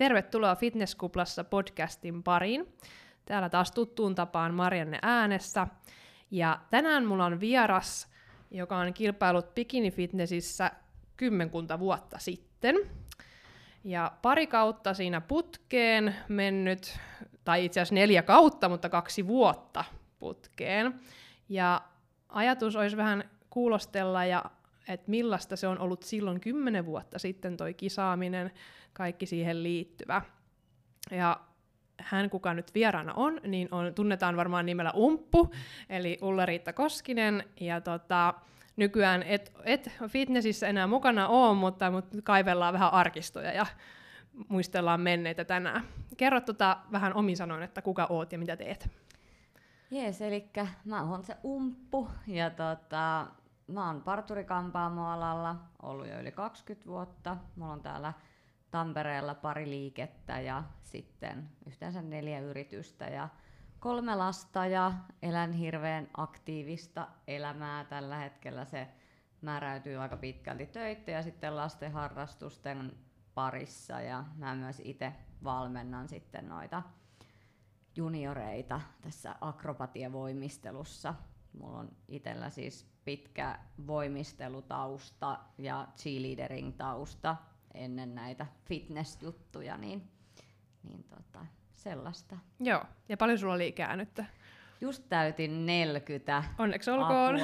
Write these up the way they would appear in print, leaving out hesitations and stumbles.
Tervetuloa Fitnesskuplassa podcastin pariin. Täällä taas tuttuun tapaan Marianne äänessä. Ja tänään mulla on vieras, joka on kilpailut bikini-fitnessissä 10 vuotta sitten. Ja 2 kautta siinä putkeen mennyt, tai itse asiassa 4 kautta, mutta 2 vuotta putkeen. Ja ajatus olisi vähän kuulostella, että millaista se on ollut silloin 10 vuotta sitten toi kisaaminen, kaikki siihen liittyvä. Ja hän, kuka nyt vieraana on, niin tunnetaan varmaan nimellä Umppu, eli Ulla-Riitta Koskinen. Ja nykyään et fitnessissä enää mukana ole, mutta kaivellaan vähän arkistoja ja muistellaan menneitä tänään. Kerro vähän omin sanoin, että kuka oot ja mitä teet. Jees, elikkä mä oon se Umppu ja mä oon parturikampaamoalalla ollut jo yli 20 vuotta. Mulla on täällä Tampereella 2 liikettä ja sitten yhteensä 4 yritystä ja 3 lasta ja elän hirveän aktiivista elämää tällä hetkellä. Se määräytyy aika pitkälti töitä ja sitten lasten harrastusten parissa ja mä myös itse valmennan sitten noita junioreita tässä akrobatiavoimistelussa. Mulla on itsellä siis pitkä voimistelutausta ja cheerleadering-tausta ennen näitä fitness-juttuja, niin sellaista. Joo, ja paljon sulla oli ikää nyt? Just täytin 40. Onneksi olkoon.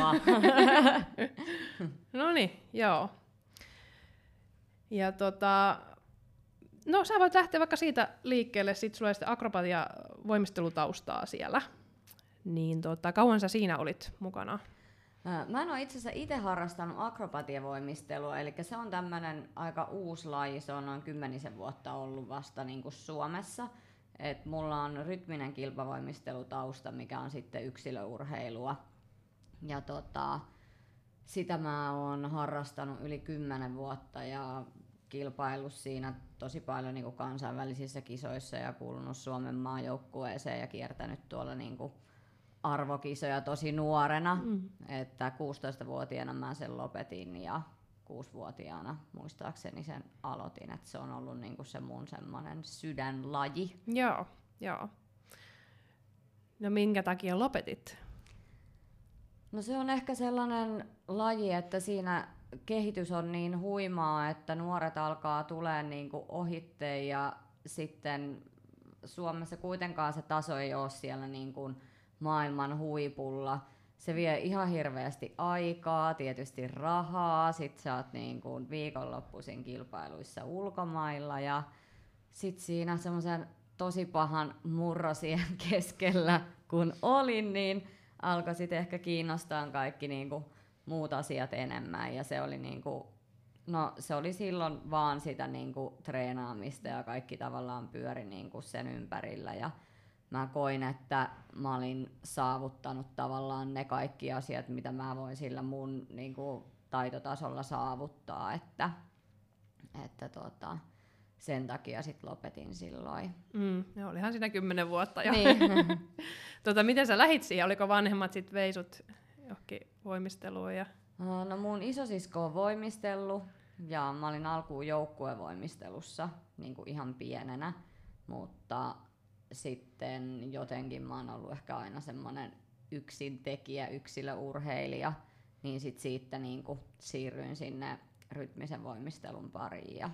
Noniin, joo. Ja no sä voit lähteä vaikka siitä liikkeelle, sit sulla on sitten akrobatia-voimistelutaustaa siellä. Niin kauan sä siinä olit mukana? Mä en ole itse asiassa itse harrastanut akrobatiavoimistelua, eli se on tämmöinen aika uusi laji, se on noin 10 vuotta ollut vasta niin kuin Suomessa. Et mulla on rytminen kilpavoimistelutausta, mikä on sitten yksilöurheilua. Ja sitä mä oon harrastanut yli 10 vuotta ja kilpaillut siinä tosi paljon niin kuin kansainvälisissä kisoissa ja kuulunut Suomen maajoukkueeseen ja kiertänyt tuolla niin kuin arvokisoja tosi nuorena, että 16-vuotiaana mä sen lopetin ja 6-vuotiaana muistaakseni sen aloitin, että se on ollut niinku se mun semmonen sydänlaji. Joo. No minkä takia lopetit? No se on ehkä sellainen laji, että siinä kehitys on niin huimaa, että nuoret alkaa tulemaan niinku ohitteen ja sitten Suomessa kuitenkaan se taso ei ole siellä niin kuin maailman huipulla. Se vie ihan hirveästi aikaa, tietysti rahaa, sit sä oot niin kuin viikonloppuisin kilpailuissa ulkomailla ja sit siinä semmoisen tosi pahan murrosien keskellä kun olin, niin alkoi sit ehkä kiinnostaa kaikki niin kuin muut asiat enemmän ja se oli niin kuin, no se oli silloin vaan sitä niin kuin treenaamista ja kaikki tavallaan pyöri niin kuin sen ympärillä ja mä koin, että mä olin saavuttanut tavallaan ne kaikki asiat, mitä mä voin sillä mun niin kuin, taitotasolla saavuttaa, että sen takia sit lopetin silloin. Joo, olihan siinä 10 vuotta jo. Niin. Miten sä lähit siihen? Oliko vanhemmat sit veisut johonkin voimisteluun? No mun isosisko on voimistellut ja mä olin alkuun joukkuevoimistelussa niin kuin ihan pienenä, mutta sitten jotenkin mä oon ollut ehkä aina semmonen yksintekijä, yksilöurheilija, niin sit siitä niinku siirryin sinne rytmisen voimistelun pariin. Ja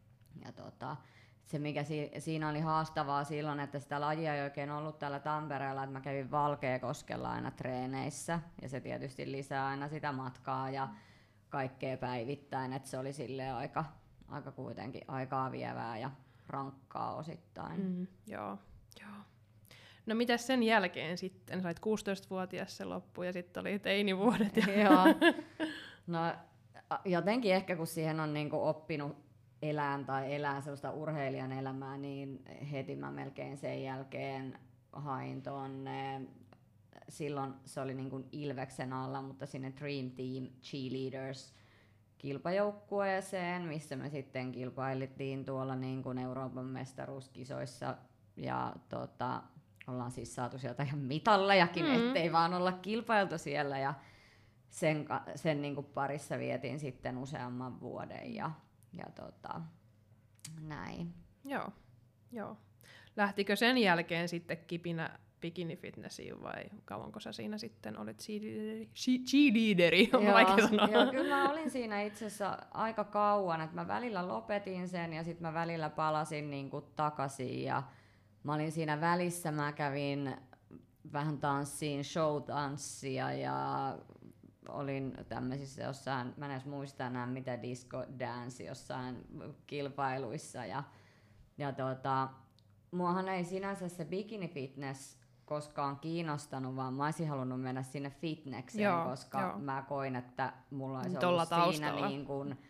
se mikä siinä oli haastavaa silloin, että sitä lajia ei oikein ollut täällä Tampereella, että mä kävin Valkeakoskella aina treeneissä ja se tietysti lisää aina sitä matkaa ja kaikkea päivittäin, että se oli silleen aika kuitenkin aikaa vievää ja rankkaa osittain. Joo. No mitäs sen jälkeen sitten? Sait 16-vuotias se loppu ja sitten oli teinivuodet. Joo. No jotenkin ehkä kun siihen on niinku oppinut elää sellaista urheilijan elämää, niin heti mä melkein sen jälkeen hain tonne, silloin se oli niinku Ilveksen alla, mutta sinne Dream Team Cheerleaders kilpajoukkueeseen, missä me sitten kilpailtiin tuolla niin kuin Euroopan mestaruuskisoissa ja ollaan siis saatu sieltä ihan mitallejakin, ettei vaan olla kilpailtu siellä ja sen niin kuin parissa vietin sitten useamman vuoden ja näin. Joo. Joo. Lähtikö sen jälkeen sitten kipinä bikini fitnessiin vai kauanko sä siinä sitten olit cheerleaderi? Joo, kyllä mä olin siinä itse asiassa aika kauan, että mä välillä lopetin sen ja sitten mä välillä palasin niinku takaisin ja mä olin siinä välissä, mä kävin vähän tanssiin, showtanssia ja olin tämmöisissä jossain, mä en edes muista enää mitä disco dance jossain kilpailuissa ja muahan ei sinänsä se bikini fitness koskaan kiinnostanut, vaan mä olisin halunnut mennä sinne fitnekseen, koska mä koin, että mulla olisi ollut siinä niin kuin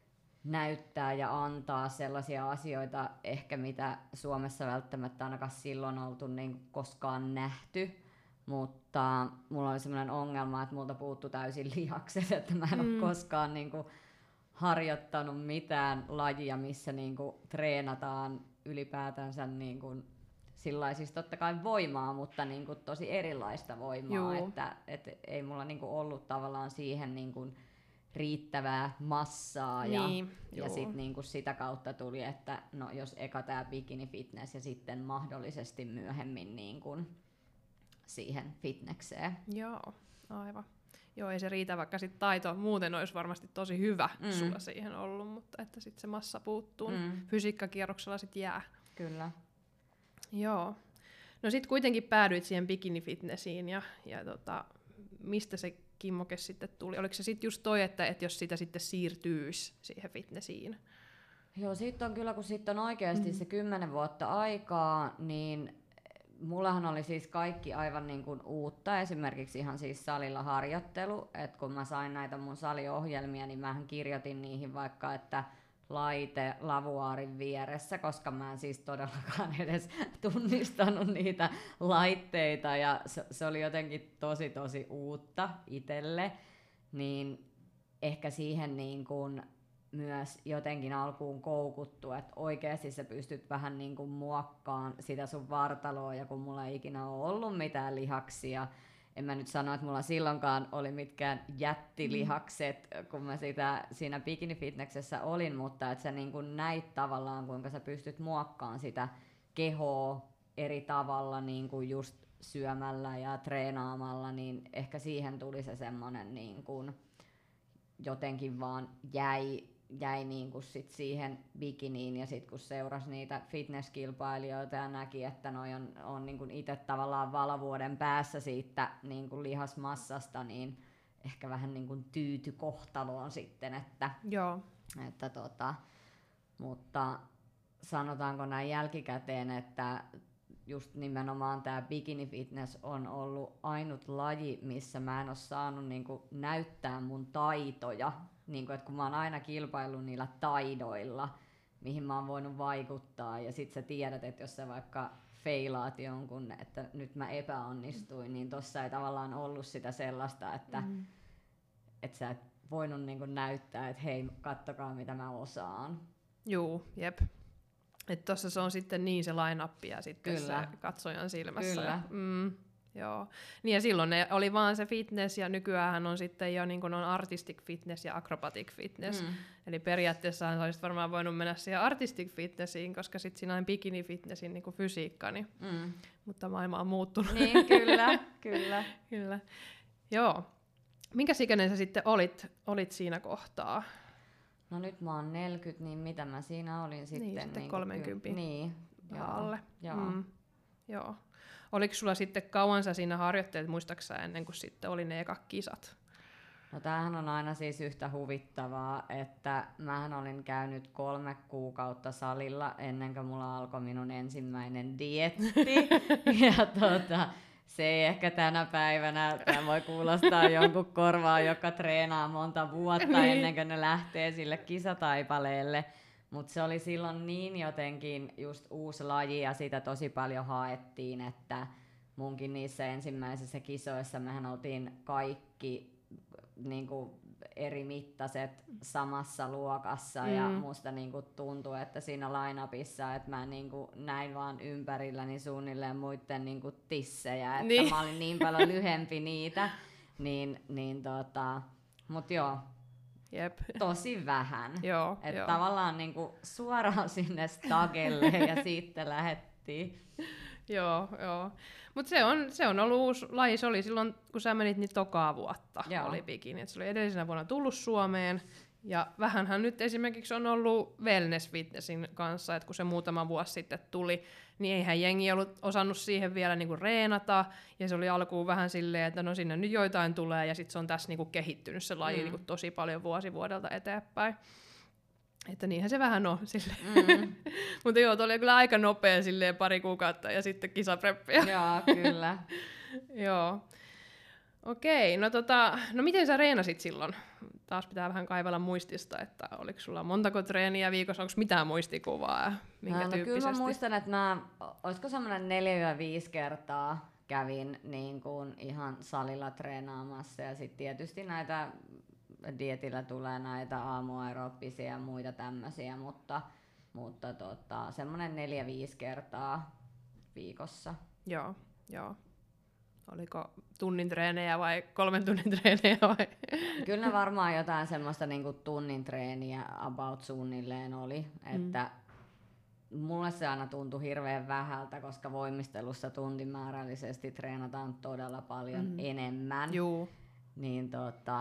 näyttää ja antaa sellaisia asioita ehkä mitä Suomessa välttämättä ainakaan silloin oltu niin koskaan nähty, mutta mulla oli sellainen ongelma, että multa puuttu täysin lihakset, että mä en ole koskaan niin kuin harjoittanut mitään lajia, missä niin kuin treenataan ylipäätänsä niin kuin sillä siis totta kai voimaa, mutta niin kuin tosi erilaista voimaa, että ei mulla niin kuin ollut tavallaan siihen niin kuin riittävää massaa ja sit niin kuin sitä kautta tuli, että no jos eka tää bikini fitness ja sitten mahdollisesti myöhemmin niin kuin siihen fitnekseen. Joo, aivan. Joo, ei se riitä, vaikka sit taito muuten olisi varmasti tosi hyvä sulla siihen ollut, mutta että sitten se massa puuttuu, fysiikkakierroksella sitten jää. Kyllä. Joo. No sit kuitenkin päädyit siihen bikini-fitnessiin ja mistä se kimmoke sitten tuli? Oliko se sitten just toi, että jos sitä sitten siirtyisi siihen fitnessiin? Joo, siitä on kyllä, kun sitten on oikeasti se 10 vuotta aikaa, niin mullahan oli siis kaikki aivan niin kuin uutta, esimerkiksi ihan siis salilla harjoittelu, että kun mä sain näitä mun saliohjelmia, niin mähän kirjoitin niihin vaikka, että laite lavuaarin vieressä, koska mä en siis todellakaan edes tunnistanut niitä laitteita ja se oli jotenkin tosi uutta itselle, niin ehkä siihen niin kuin myös jotenkin alkuun koukuttu, että oikeasti sä pystyt vähän niin kuin muokkaamaan sitä sun vartaloa ja kun mulla ei ikinä ole ollut mitään lihaksia, en mä nyt sano, että mulla silloinkaan oli mitkään jättilihakset, kun mä siinä bikini-fitneksessä olin, mutta että sä niin kuin näit tavallaan, kuinka sä pystyt muokkaamaan sitä kehoa eri tavalla niin kuin just syömällä ja treenaamalla, niin ehkä siihen tuli se semmoinen niin kuin jotenkin vaan jäi niin kuin sit siihen bikiniin ja sitten kun seurasi niitä fitnesskilpailijoita ja näki, että noi on niin kuin itse tavallaan valovuoden päässä siitä niin kuin lihasmassasta, niin ehkä vähän niin kuin tyyty kohtaloon sitten, että mutta sanotaanko näin jälkikäteen, että just nimenomaan tämä bikini fitness on ollut ainut laji, missä mä en ole saanut niinku näyttää mun taitoja. Niinku, että kun mä oon aina kilpaillut niillä taidoilla, mihin mä oon voinut vaikuttaa, ja sit sä tiedät, että jos sä vaikka feilaat jonkun, että nyt mä epäonnistuin, niin tossa ei tavallaan ollut sitä sellaista, että et sä et voinut niinku näyttää, että hei, kattokaa mitä mä osaan. Juu, jep. Että tossa se on sitten niin se line-up ja sitten kyllä. Se katsojan silmässä. Kyllä. Joo. Niin ja silloin ne oli vaan se fitness ja nykyään on sitten jo niin kuin on artistic fitness ja acrobatic fitness. Eli periaatteessa sä olisit varmaan voinut mennä siihen artistic fitnessiin, koska sitten siinä on bikini fitnessin niin kuin fysiikka. Niin. Mutta maailma on muuttunut. Niin, kyllä. Kyllä. Joo. Minkäs ikäinen sä sitten olit siinä kohtaa? No nyt mä oon 40, niin mitä mä siinä olin sitten? Niin, sitten 30. Niin, alle. Joo. Oliko sulla sitten kauan sä siinä harjoitteet, muistaaksä ennen kuin sitten oli ne ekat kisat? No tämähän on aina siis yhtä huvittavaa, että mähän olin käynyt 3 kuukautta salilla ennen kuin mulla alkoi minun ensimmäinen dieetti. Ja se ei ehkä tänä päivänä, tämä voi kuulostaa jonkun korvaa, joka treenaa monta vuotta ennen kuin ne lähtee sille kisataipaleelle. Mutta se oli silloin niin jotenkin just uusi laji ja sitä tosi paljon haettiin, että munkin niissä ensimmäisissä kisoissa mehän oltiin kaikki niinku eri mittaiset samassa luokassa ja musta niinku tuntui, että siinä line-upissa, että mä niinku näin vaan ympärilläni suunnilleen muiden niinku tissejä, että mä olin niin paljon lyhempi niitä, mut joo. Jep. tosi vähän. Joo, että tavallaan niinku suoraan sinne stagelle ja sitten lähettiin. Joo. Mutta se on ollut uusi laji. Se oli silloin, kun sä menit, niin tokaa vuotta oli bikini. Et se oli edellisenä vuonna tullut Suomeen. Ja vähänhän nyt esimerkiksi on ollut wellness fitnessin kanssa, että kun se muutama vuosi sitten tuli, niin eihän jengi ollut osannut siihen vielä niinku reenata, ja se oli alkuun vähän silleen, että no sinne nyt joitain tulee, ja sitten se on tässä niinku kehittynyt se laji niinku tosi paljon vuosi vuodelta eteenpäin. Että niinhän se vähän on silleen. Mutta joo, oli kyllä aika nopea silleen 2 kuukautta, ja sitten kisapreppiä. Joo, kyllä. Joo. Okei, no miten sä reenasit silloin? Taas pitää vähän kaivella muistista, että oliko sulla montako treeniä viikossa, onko mitään muistikuvaa? Minkä tyyppisesti? Kyllä mä muistan, että olisiko semmoinen 4-5 kertaa kävin niin kuin ihan salilla treenaamassa, ja sitten tietysti näitä dietillä tulee näitä aamuaerooppisia ja muita tämmöisiä, mutta semmoinen 4-5 kertaa viikossa. Joo. Oliko tunnin treenejä vai 3 tunnin treenejä vai? Kyllä ne varmaan jotain semmoista niinku tunnin treeniä about suunnilleen oli, että mulle se aina tuntui hirveän vähältä, koska voimistelussa tuntimäärällisesti treenataan todella paljon enemmän. Juu. Niin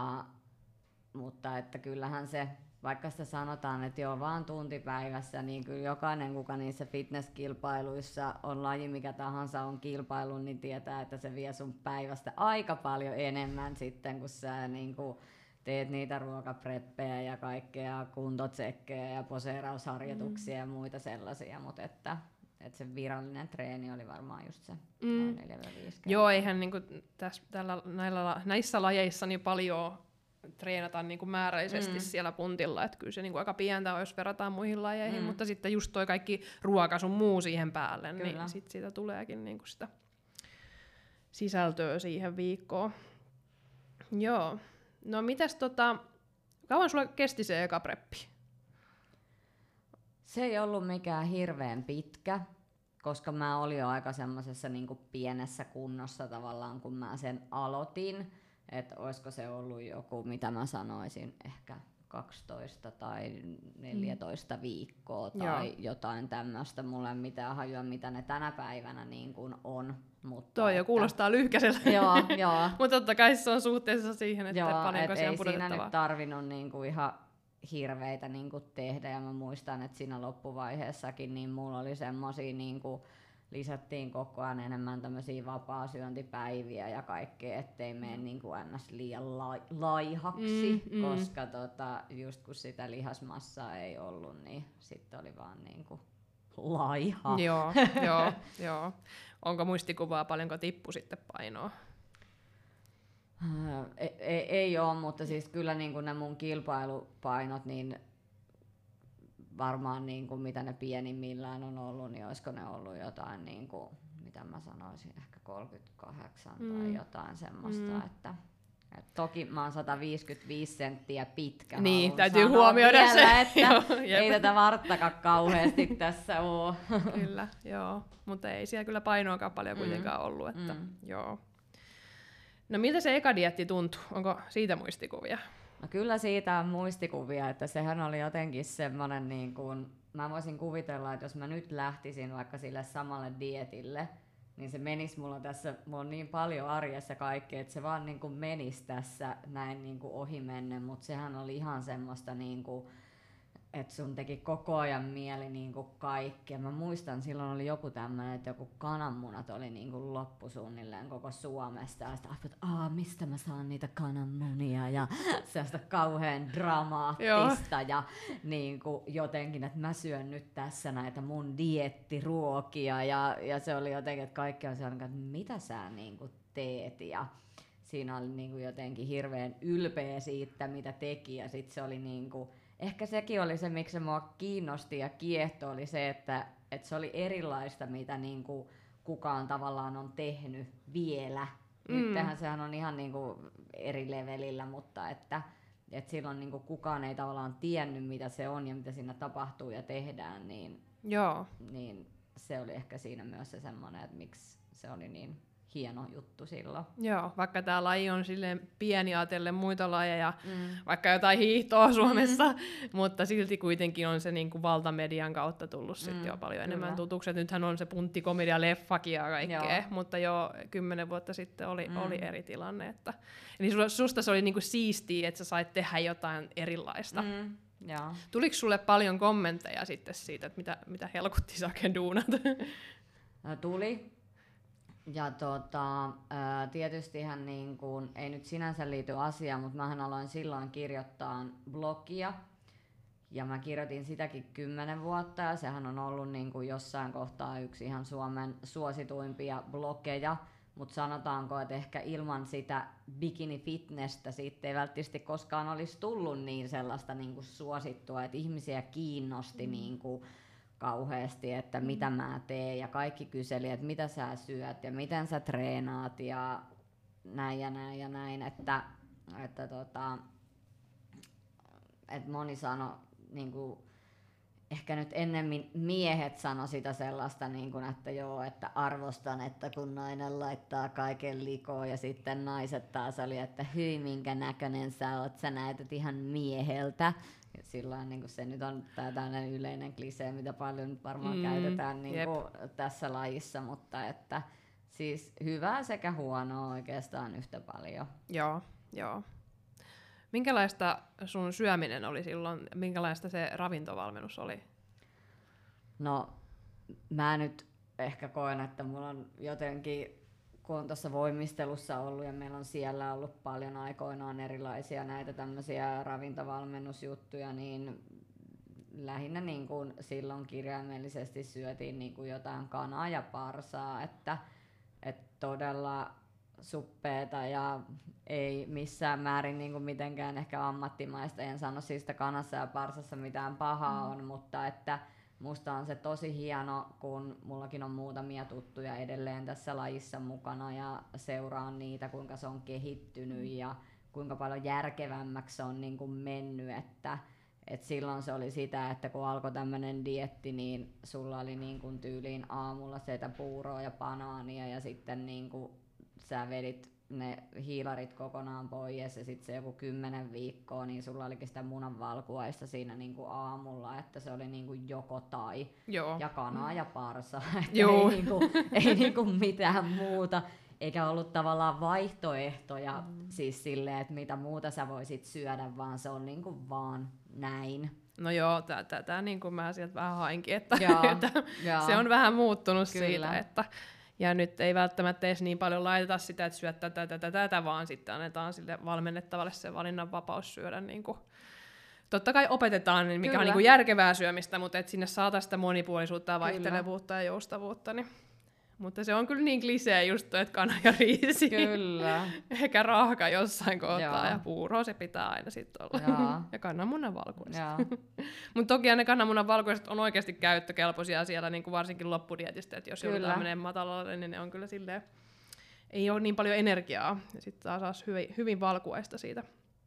mutta että kyllähän se, vaikka sitä sanotaan, että joo vaan tuntipäivässä, niin kyllä jokainen, kuka niissä fitnesskilpailuissa on laji mikä tahansa on kilpailu, niin tietää, että se vie sun päivästä aika paljon enemmän sitten, kun sä niinku teet niitä ruokapreppejä ja kaikkea kuntotsekkejä ja poseerausharjoituksia ja muita sellaisia, mutta että se virallinen treeni oli varmaan just se noin 4-5. Joo, eihän niinku näissä lajeissa niin paljon treenata niinku määrällisesti siellä puntilla, että kyllä se niinku aika pientä on, jos verrataan muihin lajeihin, mutta sitten just toi kaikki ruoka sun muu siihen päälle, kyllä. Niin sit siitä tuleekin niinku sitä sisältöä siihen viikkoon. Joo. No mitäs kauan sulla kesti se eka preppi? Se ei ollut mikään hirveän pitkä, koska mä olin jo aika semmosessa niinku pienessä kunnossa tavallaan, kun mä sen aloitin. Että olisiko se ollut joku, mitä mä sanoisin, ehkä 12 tai 14 viikkoa tai jotain tämmöistä. Mulla ei mitään hajua, mitä ne tänä päivänä niin kuin on. Mutta toi jo kuulostaa lyhkäiseltä. Joo. Mutta totta kai se on suhteessa siihen, että paljonko siellä on pudotettavaa. Ei siinä nyt tarvinnut niinku ihan hirveitä niinku tehdä. Ja mä muistan, että siinä loppuvaiheessakin niin mulla oli semmosia niinku lisättiin koko ajan enemmän tämmöisiä vapaasyöntipäiviä ja kaikkea, ettei mene niin kuin ns. Liian laihaksi, koska just kun sitä lihasmassaa ei ollut, niin sitten oli vaan niin kuin laiha. Joo. Onko muistikuvaa paljonko tippu sitten painoa? Ei ole, mutta siis kyllä niin kuin ne mun kilpailupainot, niin varmaan niin kuin mitä ne pienimmillään on ollut, niin olisiko ne ollut jotain, niin kuin, mitä mä sanoisin, ehkä 38 tai jotain semmoista, että toki mä oon 155 senttiä pitkä. Niin, täytyy huomioida vielä, se. Että ei tätä varttakaan kauheasti tässä ole. Kyllä, joo. Mutta ei siellä kyllä painoakaan paljon kuitenkaan ollut. Että, joo. No miltä se eka dieetti tuntui? Onko siitä muistikuvia? No kyllä siitä on muistikuvia, että sehän oli jotenkin semmoinen, niin kuin, mä voisin kuvitella, että jos mä nyt lähtisin vaikka sille samalle dietille, niin se menisi mulla on niin paljon arjessa kaikkea, että se vaan niin kuin menisi tässä näin niin kuin ohimennen, mutta sehän oli ihan semmoista, niin kuin, että sun teki koko ajan mieli niin kuin kaikkea. Mä muistan, silloin oli joku tämmöinen, että joku kananmunat oli niin kuin loppusuunnilleen koko Suomesta. Ja sitten että mistä mä saan niitä kananmunia ja sellaista kauhean dramaattista. Ja niin kuin jotenkin, että mä syön nyt tässä näitä mun diettiruokia. Ja se oli jotenkin, että kaikki on sellainen, että mitä sä niin kuin teet. Ja siinä oli niin kuin jotenkin hirveän ylpeä siitä, mitä teki. Ja sitten se oli niin kuin, ehkä sekin oli se, miksi se mua kiinnosti ja kiehtoi, oli se, että se oli erilaista, mitä niinku kukaan tavallaan on tehnyt vielä. Nythän sehän on ihan niinku eri levelillä, mutta että silloin niinku kukaan ei tavallaan tiennyt, mitä se on ja mitä siinä tapahtuu ja tehdään, niin se oli ehkä siinä myös se semmoinen, että miksi se oli niin hieno juttu silloin. Joo, vaikka tämä laji on silleen pieni ajatellen muita lajeja, vaikka jotain hiihtoa Suomessa, mutta silti kuitenkin on se niinku valtamedian kautta tullut sitten jo paljon enemmän tutuksi. Nythän on se punttikomedia-leffakin ja kaikkea, mutta jo 10 vuotta sitten oli eri tilanne. Että, eli susta se oli niinku siistiä, että sä sait tehdä jotain erilaista. Joo. Tuliko sulle paljon kommentteja sitten siitä, että mitä helkutti sä oikein duunat? Tuli. Ja tietystihän niin kuin, ei nyt sinänsä liity asiaan, mutta mähän aloin silloin kirjoittaa blogia. Ja mä kirjoitin sitäkin 10 vuotta ja sehän on ollut niin kuin jossain kohtaa yksi ihan Suomen suosituimpia blogeja. Mutta sanotaanko, että ehkä ilman sitä bikini-fitnessä siitä ei välttämättä koskaan olisi tullut niin sellaista niin kuin suosittua, että ihmisiä kiinnosti niin kuin kauheasti, että mitä mä teen ja kaikki kyseli, että mitä sä syöt ja miten sä treenaat ja näin ja näin ja näin, että moni sanoi niinku, ehkä nyt ennemmin miehet sano sitä sellaista, niin kuin, että joo, että arvostan, että kun nainen laittaa kaiken likoon ja sitten naiset taas oli, että hyi minkä näköinen sä oot, sä näytät ihan mieheltä. Ja silloin niin kuin se nyt on tällainen yleinen klisee, mitä paljon nyt varmaan käytetään niin kuin tässä lajissa, mutta että siis hyvää sekä huonoa oikeastaan yhtä paljon. Joo. Minkälaista sun syöminen oli silloin? Minkälaista se ravintovalmennus oli? No, mä nyt ehkä koen, että mulla on jotenkin, kun on tuossa voimistelussa ollut ja meillä on siellä ollut paljon aikoinaan erilaisia näitä tämmöisiä ravintovalmennusjuttuja, niin lähinnä niin kuin silloin kirjaimellisesti syötiin niin kuin jotain kanaa ja parsaa, että todella suppeeta ja ei missään määrin niin kuin mitenkään ehkä ammattimaista. En sano siis kanassa ja parsassa mitään pahaa on, mutta että musta on se tosi hieno, kun mullakin on muutamia tuttuja edelleen tässä lajissa mukana ja seuraan niitä, kuinka se on kehittynyt ja kuinka paljon järkevämmäksi se on niin kuin mennyt, että silloin se oli sitä, että kun alkoi tämmöinen dieetti, niin sulla oli niin kuin tyyliin aamulla sitä puuroa ja banaania ja sitten niin kuin sä vedit ne hiilarit kokonaan pois ja sitten se joku 10 viikkoa, niin sulla olikin sitä munanvalkuaista siinä niinku aamulla, että se oli niinku joko tai. Joo. Ja kanaa ja parsa, että ei niinku mitään muuta. Eikä ollut tavallaan vaihtoehtoja siis silleen, että mitä muuta sä voisit syödä, vaan se on niinku vaan näin. No joo, tätä niin kuin mä sieltä vähän hainkin, että se on vähän muuttunut kyllä siitä, että ja nyt ei välttämättä edes niin paljon laiteta sitä, että syöt tätä, vaan sitten annetaan sille valmennettavalle se valinnanvapaus syödä. Niin kuin. Totta kai opetetaan, mikä on niin kuin järkevää syömistä, mutta et sinne saataisiin sitä monipuolisuutta ja vaihtelevuutta ja joustavuutta. Niin. Mutta se on kyllä niin klisee just että kana ja riisi. Kyllä. Eikä raaka jossain kohtaa ja puuroa se pitää aina sitten olla. Ja kananmunan valkuaiset. Mutta toki ne kananmunan valkuaiset on oikeasti käyttökelpoisia siellä niin kuin varsinkin loppudietistä. Että jos joudutaan menemään matalalle, niin ne on kyllä silleen, ei ole niin paljon energiaa. Ja sitten saas hyvin valkuaista siitä.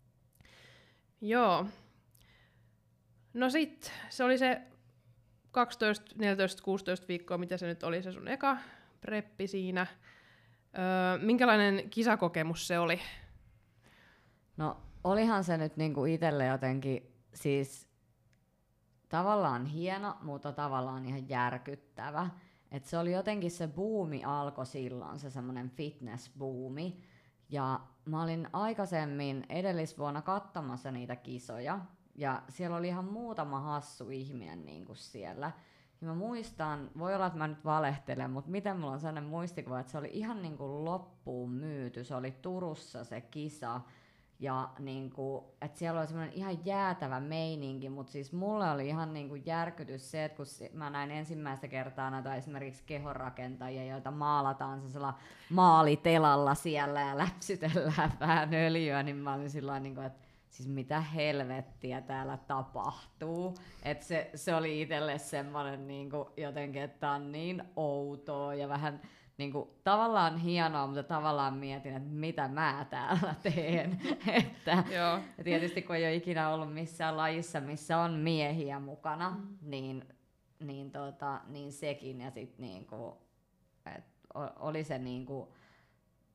Joo. No sit, se oli se 12, 14, 16 viikkoa, mitä se nyt oli se sun eka preppi siinä. Minkälainen kisakokemus se oli? No olihan se nyt niinku itselle jotenkin siis tavallaan hieno, mutta tavallaan ihan järkyttävä. Et se oli jotenkin se buumi alkoi silloin, se semmoinen fitness-buumi. Ja mä olin aikaisemmin edellisvuonna katsomassa niitä kisoja. Ja siellä oli ihan muutama hassu ihminen niin kuin siellä. Ja mä muistan, voi olla, että mä nyt valehtelen, mutta miten mulla on sellainen muistikuva, että se oli ihan niin kuin loppuun myyty. Se oli Turussa se kisa. Ja niin kuin, että siellä oli semmoinen ihan jäätävä meininki, mutta siis mulle oli ihan niin kuin järkytys se, että kun mä näin ensimmäistä kertaa näitä esimerkiksi kehonrakentajia, joita maalataan sellaisella maalitelalla siellä ja läpsytellään vähän öljyä, niin mä olin sillain niin kuin, että siis mitä helvettiä täällä tapahtuu. Et se oli itselle semmoinen niinku jotenkin, että tää on niin outoa ja vähän niinku tavallaan hienoa, mutta tavallaan mietin, että mitä mä täällä teen. Että tietysti kun ei ole ikinä ollut missään lajissa, missä on miehiä mukana, niin sekin ja sit niinku, oli se niinku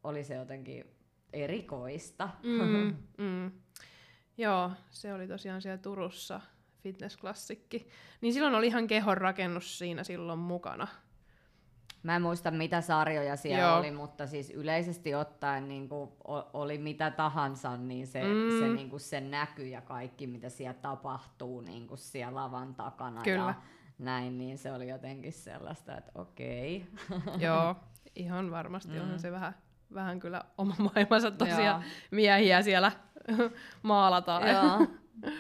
oli se jotenkin erikoista. Joo, se oli tosiaan siellä Turussa fitnessklassikki. Niin silloin oli ihan kehon rakennus siinä silloin mukana. Mä en muista mitä sarjoja siellä oli, mutta siis yleisesti ottaen niin kuin oli mitä tahansa, niin se, niin kuin se näky ja kaikki mitä siellä tapahtuu niin kuin siellä lavan takana. Kyllä. Ja näin, niin se oli jotenkin sellaista, että okei. Joo, ihan varmasti onhan se vähän kyllä oma maailmansa tosiaan miehiä siellä maalataan. Joo.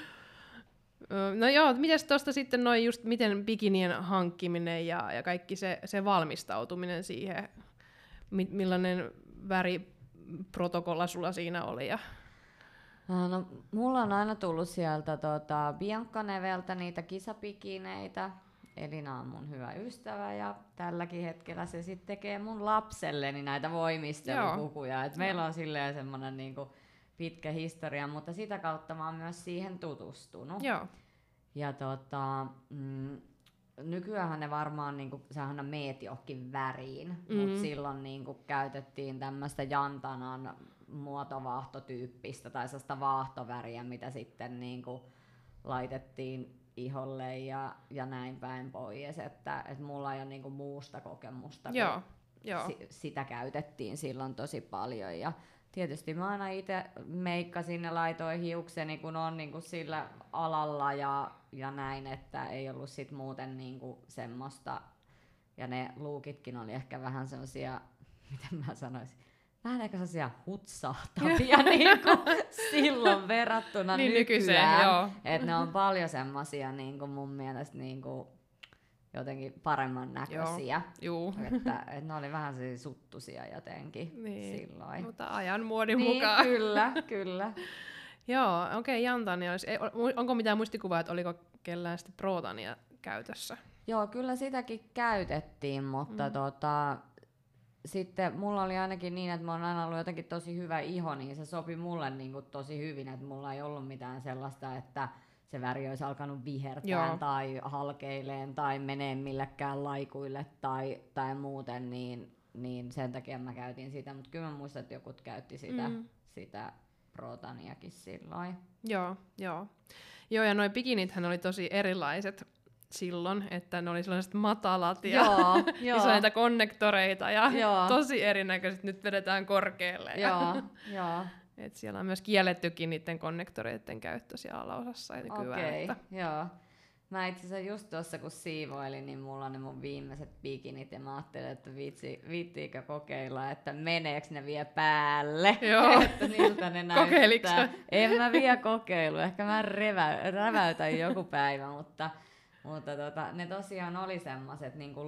No joo, mites tosta sitten noin just, miten bikinien hankkiminen ja kaikki se valmistautuminen siihen, millainen väriprotokolla sulla siinä oli? No, mulla on aina tullut sieltä Biancaneveltä niitä kisapikineitä, Elina on mun hyvä ystävä ja tälläkin hetkellä se sitten tekee mun lapselleni näitä voimistelupukuja. Et meillä on silleen semmoinen niinku pitkä historia, mutta sitä kautta mä oon myös siihen tutustunut. Joo. Ja nykyäänhän ne varmaan, niinku, sähän meet johonkin väriin, mutta silloin niinku, käytettiin tämmöistä Jantanan muotovaahtotyyppistä tai sellaista vaahtoväriä, mitä sitten niinku, laitettiin iholle ja näin päin pois, että mulla ei ole niinku, muusta kokemusta, sitä käytettiin silloin tosi paljon. Ja tietysti mä aina itse meikkasin ja laitoin hiukseni, kun on niinku sillä alalla ja näin, että ei ollut sit muuten niinku semmoista. Ja ne luukitkin oli ehkä vähän semmosia, miten mä sanoisin, vähän ehkä semmosia hutsahtavia niinku silloin verrattuna niin nykyään. Että ne on paljon semmosia niinku mun mielestä niinku jotenkin paremman näköisiä. Että ne oli vähän suttusia jotenkin silloin. Mutta ajan muodin mukaan. Kyllä. Joo, okei, Jantania olisi. Onko mitään muistikuvaa, että oliko kellään sitten Protania käytössä? Joo, kyllä sitäkin käytettiin, mutta sitten mulla oli ainakin niin, että mä oon aina ollut jotenkin tosi hyvä iho, niin se sopi mulle niin kuin tosi hyvin, että mulla ei ollut mitään sellaista, että se väri olisi alkanut vihertää tai halkeileen tai menee millekään laikuille tai muuten, niin sen takia mä käytin sitä, mutta kyllä mä muistan, että jokut käytti sitä Protaniakin silloin. Joo, ja noi bikinithän oli tosi erilaiset silloin, että ne oli sellaiset matalat ja iso näitä konnektoreita ja tosi erinäköiset, nyt vedetään korkealle. Joo. Et siellä on myös kiellettykin niiden konnektoreiden käyttö siellä alaosassa nykyään. Joo. Mä itse asiassa just tuossa kun siivoilin, niin mulla on ne mun viimeiset bikinit ja mä ajattelin, että viittiinkö kokeilla, että meneekö ne vielä päälle, että miltä ne näyttää. En mä vielä kokeilu, ehkä mä räväytän joku päivä, mutta ne tosiaan oli semmoset niinku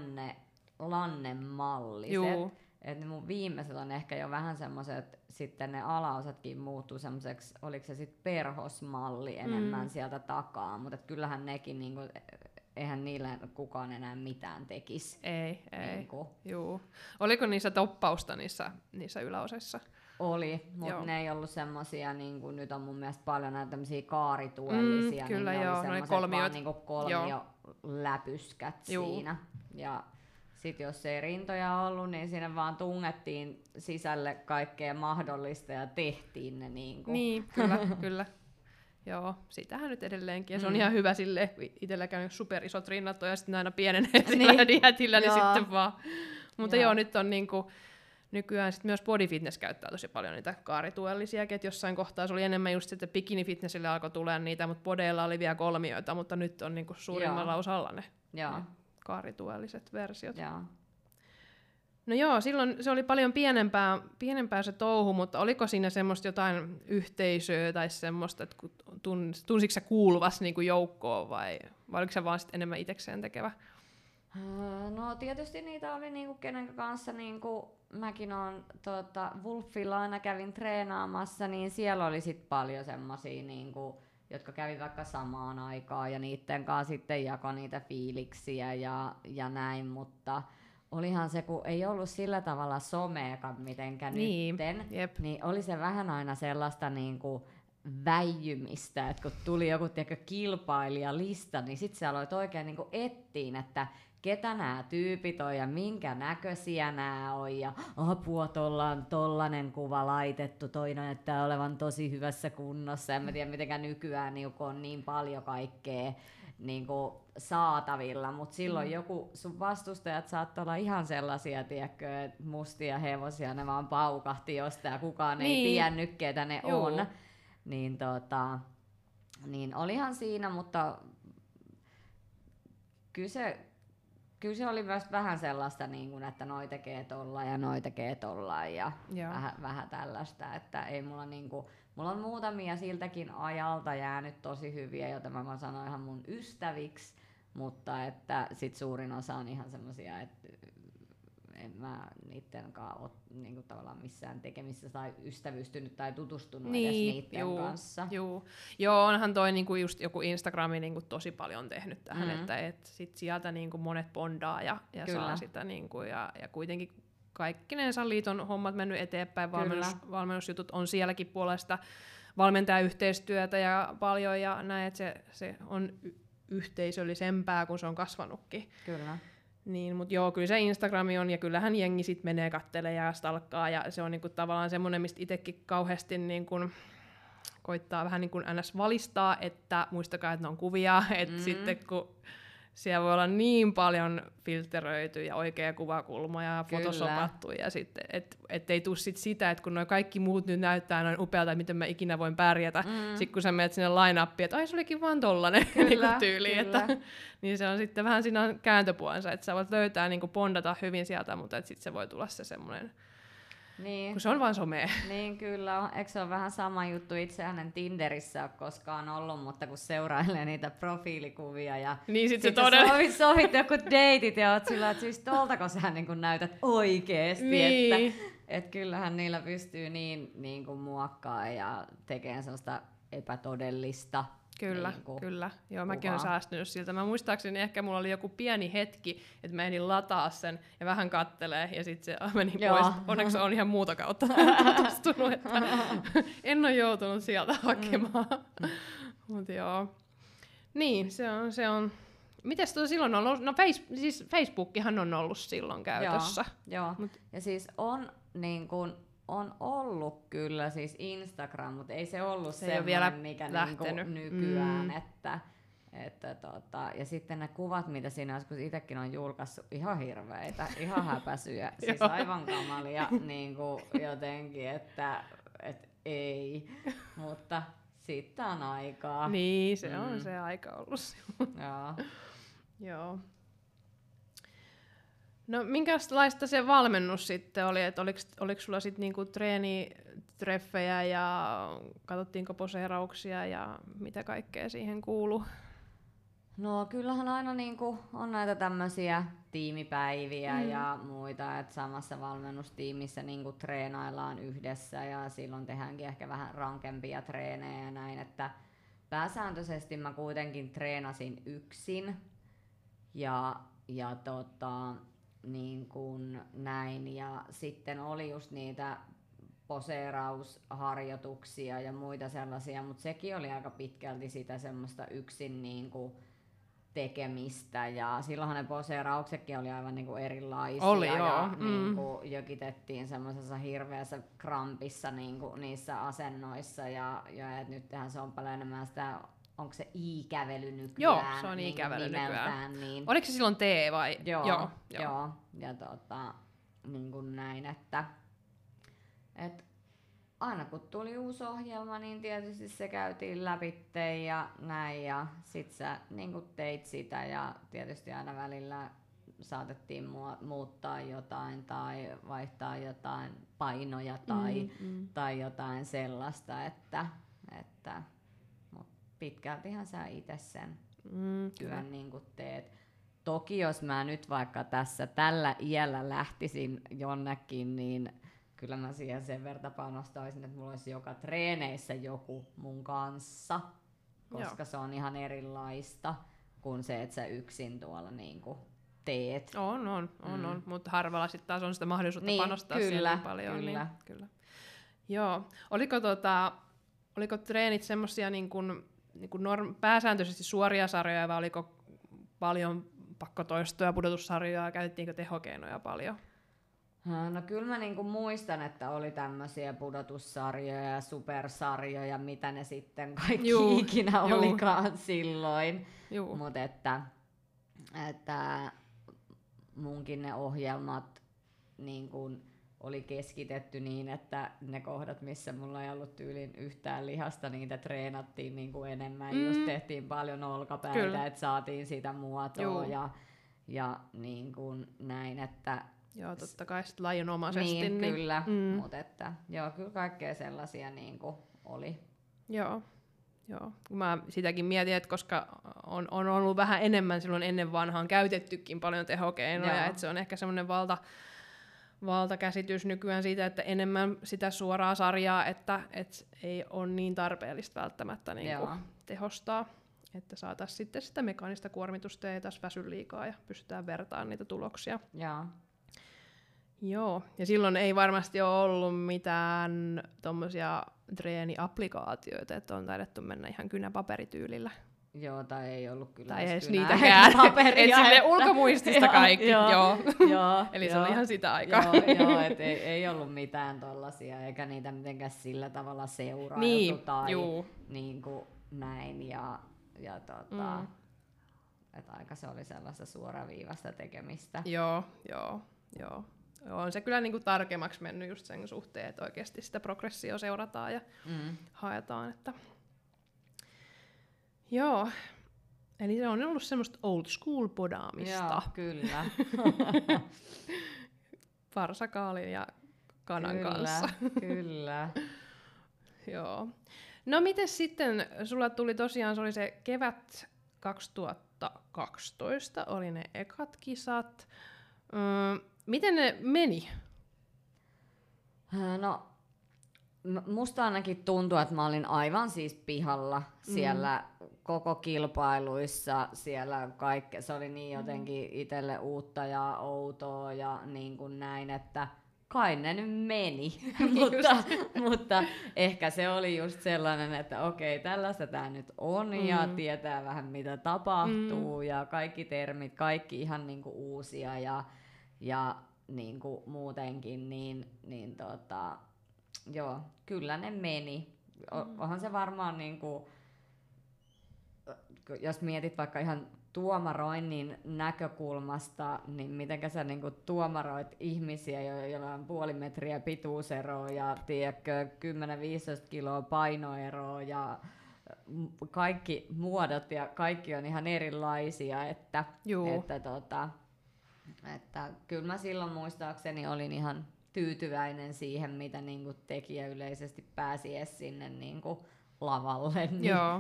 lannemalliset. Et ne mun viimeiset on ehkä jo vähän semmoiset, sitten ne alaosatkin muuttuu semmoiseksi, oliko se sitten perhosmalli enemmän sieltä takaa, mutta kyllähän nekin, niinku, eihän niillä kukaan enää mitään tekisi. Ei. Juu. Oliko niissä toppausta niissä yläosissa? Oli, mutta ne ei ollut semmosia, niin kuin nyt on mun mielestä paljon näitä tämmöisiä kaarituellisia, kyllä niin ne oli semmoiset vaan niin kolmioläpyskät siinä. Ja sitten jos ei rintoja ollut, niin sinne vaan tungettiin sisälle kaikkea mahdollista ja tehtiin ne niinku. Niin, kyllä. Joo, sitähän nyt edelleenkin. Ja se on ihan hyvä silleen, itselläkään superisot rinnat on ja sitten aina pienenee sillä dietillä, niin sitten vaan. Mutta joo, nyt on niinku, nykyään sit myös body fitness käyttää tosi paljon niitä kaarituellisiakin, että jossain kohtaa se oli enemmän just sitten bikini fitnessille alkoi tulemaan niitä, mutta bodeilla oli vielä kolmioita, mutta nyt on niinku suurimmalla osalla ne kaarituelliset versiot. Joo. No joo, silloin se oli paljon pienempää se touhu, mutta oliko siinä semmoista jotain yhteisöä tai semmoista, että tunsitko sä kuuluvas niinku joukkoon vai oliko se vaan sit enemmän itsekseen tekevä? No tietysti niitä oli niinku kenen kanssa niinku mäkin on Wolfilla aina kävin treenaamassa, niin siellä oli sit paljon semmosia niinku, jotka kävi vaikka samaan aikaan ja niitten kanssa sitten jakoi niitä fiiliksiä ja näin, mutta olihan se, kun ei ollut sillä tavalla someakaan mitenkään nytten, niin oli se vähän aina sellaista niinku väijymistä, että kun tuli joku kilpailijalista, niin sitten sä aloit oikein niinku etsiin, että ketä nämä tyypit on ja minkä näköisiä nämä on ja apua, tollanen kuva laitettu, toi näyttää olevan tosi hyvässä kunnossa. En mä tiedä mitenkään nykyään niin on niin paljon kaikkea niin saatavilla, mutta silloin joku sun vastustajat saattoi olla ihan sellaisia, tiedätkö, että mustia hevosia, ne vaan paukahti jostain ja kukaan ei tiennyt, ketä ne on. Niin olihan siinä, mutta kyllä se oli myös vähän sellaista, niin kuin, että noi tekee tollaan ja noi tekee tollaan ja vähän tällaista, että ei mulla niinku, mulla on muutamia siltäkin ajalta jäänyt tosi hyviä, joita mä voin sanoa ihan mun ystäviksi, mutta että sit suurin osa on ihan semmosia, että en mä niitten kanssa ole niinku tavallaan missään tekemissä tai ystävystynyt tai tutustunut edes niitten kanssa. Joo, onhan toi niinku just joku Instagrami niinku tosi paljon tehnyt tähän, että et sit sieltä niinku monet bondaa ja saa sitä niinku, ja kuitenkin kaikkinensa liiton hommat mennyt eteenpäin, valmennusjutut on sielläkin puolesta valmentajayhteistyötä ja paljon ja näin, että se on yhteisöllisempää, kun se on kasvanutkin. Kyllä. Niin, mutta joo, kyllä se Instagrami on, ja kyllähän jengi sit menee kattelee ja stalkkaa, ja se on niinku tavallaan semmoinen, mistä itsekin kauheasti niinku koittaa vähän niinku ns. Valistaa, että muistakaa, että ne on kuvia, että sitten kun siellä voi olla niin paljon filteröity ja oikea kuvakulma ja photosopattu, ja sitten ettei tule sitä, että kun nuo kaikki muut nyt näyttää noin upealta, että miten mä ikinä voin pärjätä, sitten kun sä menet sinne line-upiin, että ai se olikin vaan tollanen tyyli, että, niin se on sitten vähän siinä kääntöpuolensa, että sä voit löytää niin bondata hyvin sieltä, mutta sitten se voi tulla se semmoinen, kun se on vaan somea. Niin kyllä, eikö se ole vähän sama juttu, itsehän en Tinderissä ole koskaan ollut, mutta kun seurailee niitä profiilikuvia ja niin sit sovit joku deitit ja oot sillä, että siis toltako sä niin kun näytät oikeesti, niin. että kyllähän niillä pystyy niin kuin muokkaa ja tekemään sellaista epätodellista. Kyllä. Joo, mäkin olen säästynyt siltä. Mä muistaakseni ehkä mulla oli joku pieni hetki, että mä ehdin lataa sen ja vähän kattelee ja sitten se meni pois. Onneksi on ihan muuta kautta tutustunut, että en ole joutunut sieltä hakemaan. Mut joo. Niin, se on. Mites silloin on ollut? No siis Facebookihan on ollut silloin käytössä. Joo. Ja siis on niin kuin on ollut kyllä siis Instagram, mutta ei se ollut semmoinen, mikä niinku nykyään, että ja sitten ne kuvat, mitä siinä joskus itsekin on julkaissut, ihan hirveitä, ihan häpäisyjä, siis aivan kamalia niinku jotenkin, että ei, mutta siitä on aikaa. Niin, se on se aika ollut silloin. Joo. No minkälaista se valmennus sitten oli, että oliko sulla sitten niinku treenitreffejä ja katsottiinko poseerauksia ja mitä kaikkea siihen kuuluu? No kyllähän aina niinku on näitä tämmöisiä tiimipäiviä ja muita, että samassa valmennustiimissä niinku treenaillaan yhdessä ja silloin tehdäänkin ehkä vähän rankempia treenejä ja näin, että pääsääntöisesti mä kuitenkin treenasin yksin ja niin kuin näin, ja sitten oli just niitä poseerausharjoituksia ja muita sellaisia, mutta sekin oli aika pitkälti sitä semmoista yksin niin kuin tekemistä, ja silloinhan ne poseerauksetkin oli aivan niin kuin erilaisia. Oli, joo. Ja niin kuin jökitettiin semmoisessa hirveässä krampissa niin kuin niissä asennoissa, ja nythän se on paljon enemmän sitä. Onko se i-kävely nykyään? Joo, se on i-kävely nykyään. Niin. Oliko se silloin T vai? Joo. Ja niin kuin näin, että aina kun tuli uusi ohjelma, niin tietysti se käytiin läpitte ja näin, ja sit sä niin kuin teit sitä, ja tietysti aina välillä saatettiin muuttaa jotain tai vaihtaa jotain painoja tai jotain sellaista, että pitkältihän sä itse sen työn niin kuin teet. Toki jos mä nyt vaikka tällä iällä lähtisin jonnekin, niin kyllä mä siihen sen verran panostaisin, että mulla olisi joka treeneissä joku mun kanssa, koska se on ihan erilaista kuin se, että sä yksin tuolla niin kuin teet. On, mutta harvalla sitten taas on sitä mahdollisuutta panostaa siihen paljon. Kyllä. Joo. Oliko oliko treenit semmosia pääsääntöisesti suoria sarjoja, vai oliko paljon pakkotoistoja, pudotussarjoja, käytettiinkö tehokeinoja paljon? No kyllä mä niinku muistan, että oli tämmöisiä pudotussarjoja ja supersarjoja, mitä ne sitten kaikki ikinä olikaan silloin. Mutta että munkin ne ohjelmat niin kun oli keskitetty niin, että ne kohdat, missä mulla ei ollut tyylin yhtään lihasta, niitä treenattiin niin kuin enemmän. Just tehtiin paljon olkapäitä, että saatiin sitä muotoa ja niin kuin näin, että joo, totta kai sitten lajinomaisesti. Niin, kyllä. Mutta että joo, kyllä kaikkea sellaisia niin kuin oli. Joo. Mä sitäkin mietin, että koska on ollut vähän enemmän silloin ennen vanhaan käytettykin paljon tehokeinoja, että se on ehkä semmoinen valtakäsitys nykyään siitä, että enemmän sitä suoraa sarjaa, että ei ole niin tarpeellista välttämättä niin tehostaa, että saataisiin sitten sitä mekaanista kuormitusta ja ei taas väsy liikaa ja pystytään vertaamaan niitä tuloksia. Joo, ja silloin ei varmasti ole ollut mitään tommosia treeniapplikaatioita, että on taidettu mennä ihan kynäpaperityylillä. Joo, tai ei ollut kyllä tai edes niitäkään. Et silleen ulkomuistista kaikki, joo. Eli se oli ihan sitä aikaa. Joo, et ei ollut mitään tollasia, eikä niitä mitenkään sillä tavalla seurailtu tai niin kuin näin. Et aika se oli sellaista suoraviivasta tekemistä. Joo. On se kyllä niinku tarkemmaksi mennyt just sen suhteen, että oikeasti sitä progressioa seurataan ja haetaan. Että joo, eli se on ollut semmoista old school podaamista. Joo, kyllä. Parsakaalin ja kanan kanssa. Kyllä. Joo. No mites sitten, sulla tuli tosiaan, se oli se kevät 2012, oli ne ekat kisat. Miten ne meni? No, musta ainakin tuntuu, että mä olin aivan siis pihalla siellä koko kilpailuissa, siellä kaikke. Se oli niin jotenkin itselle uutta ja outoa ja niin kuin näin, että kai ne nyt meni. mutta ehkä se oli just sellainen, että okei, tällaista tää nyt on ja tietää vähän mitä tapahtuu ja kaikki termit, kaikki ihan niin kuin uusia ja niin kuin muutenkin, niin joo, kyllä ne meni. Onhan se varmaan, niin kuin, jos mietit vaikka ihan tuomaroinnin näkökulmasta, niin mitenkä sä niin kuin tuomaroit ihmisiä, joilla on puoli metriä pituuseroa ja tiedätkö, 10-15 kiloa painoeroa ja kaikki muodot ja kaikki on ihan erilaisia, että kyllä mä silloin muistaakseni olin ihan tyytyväinen siihen, mitä niinku tekijä yleisesti pääsi edes sinne niinku lavalle. Joo.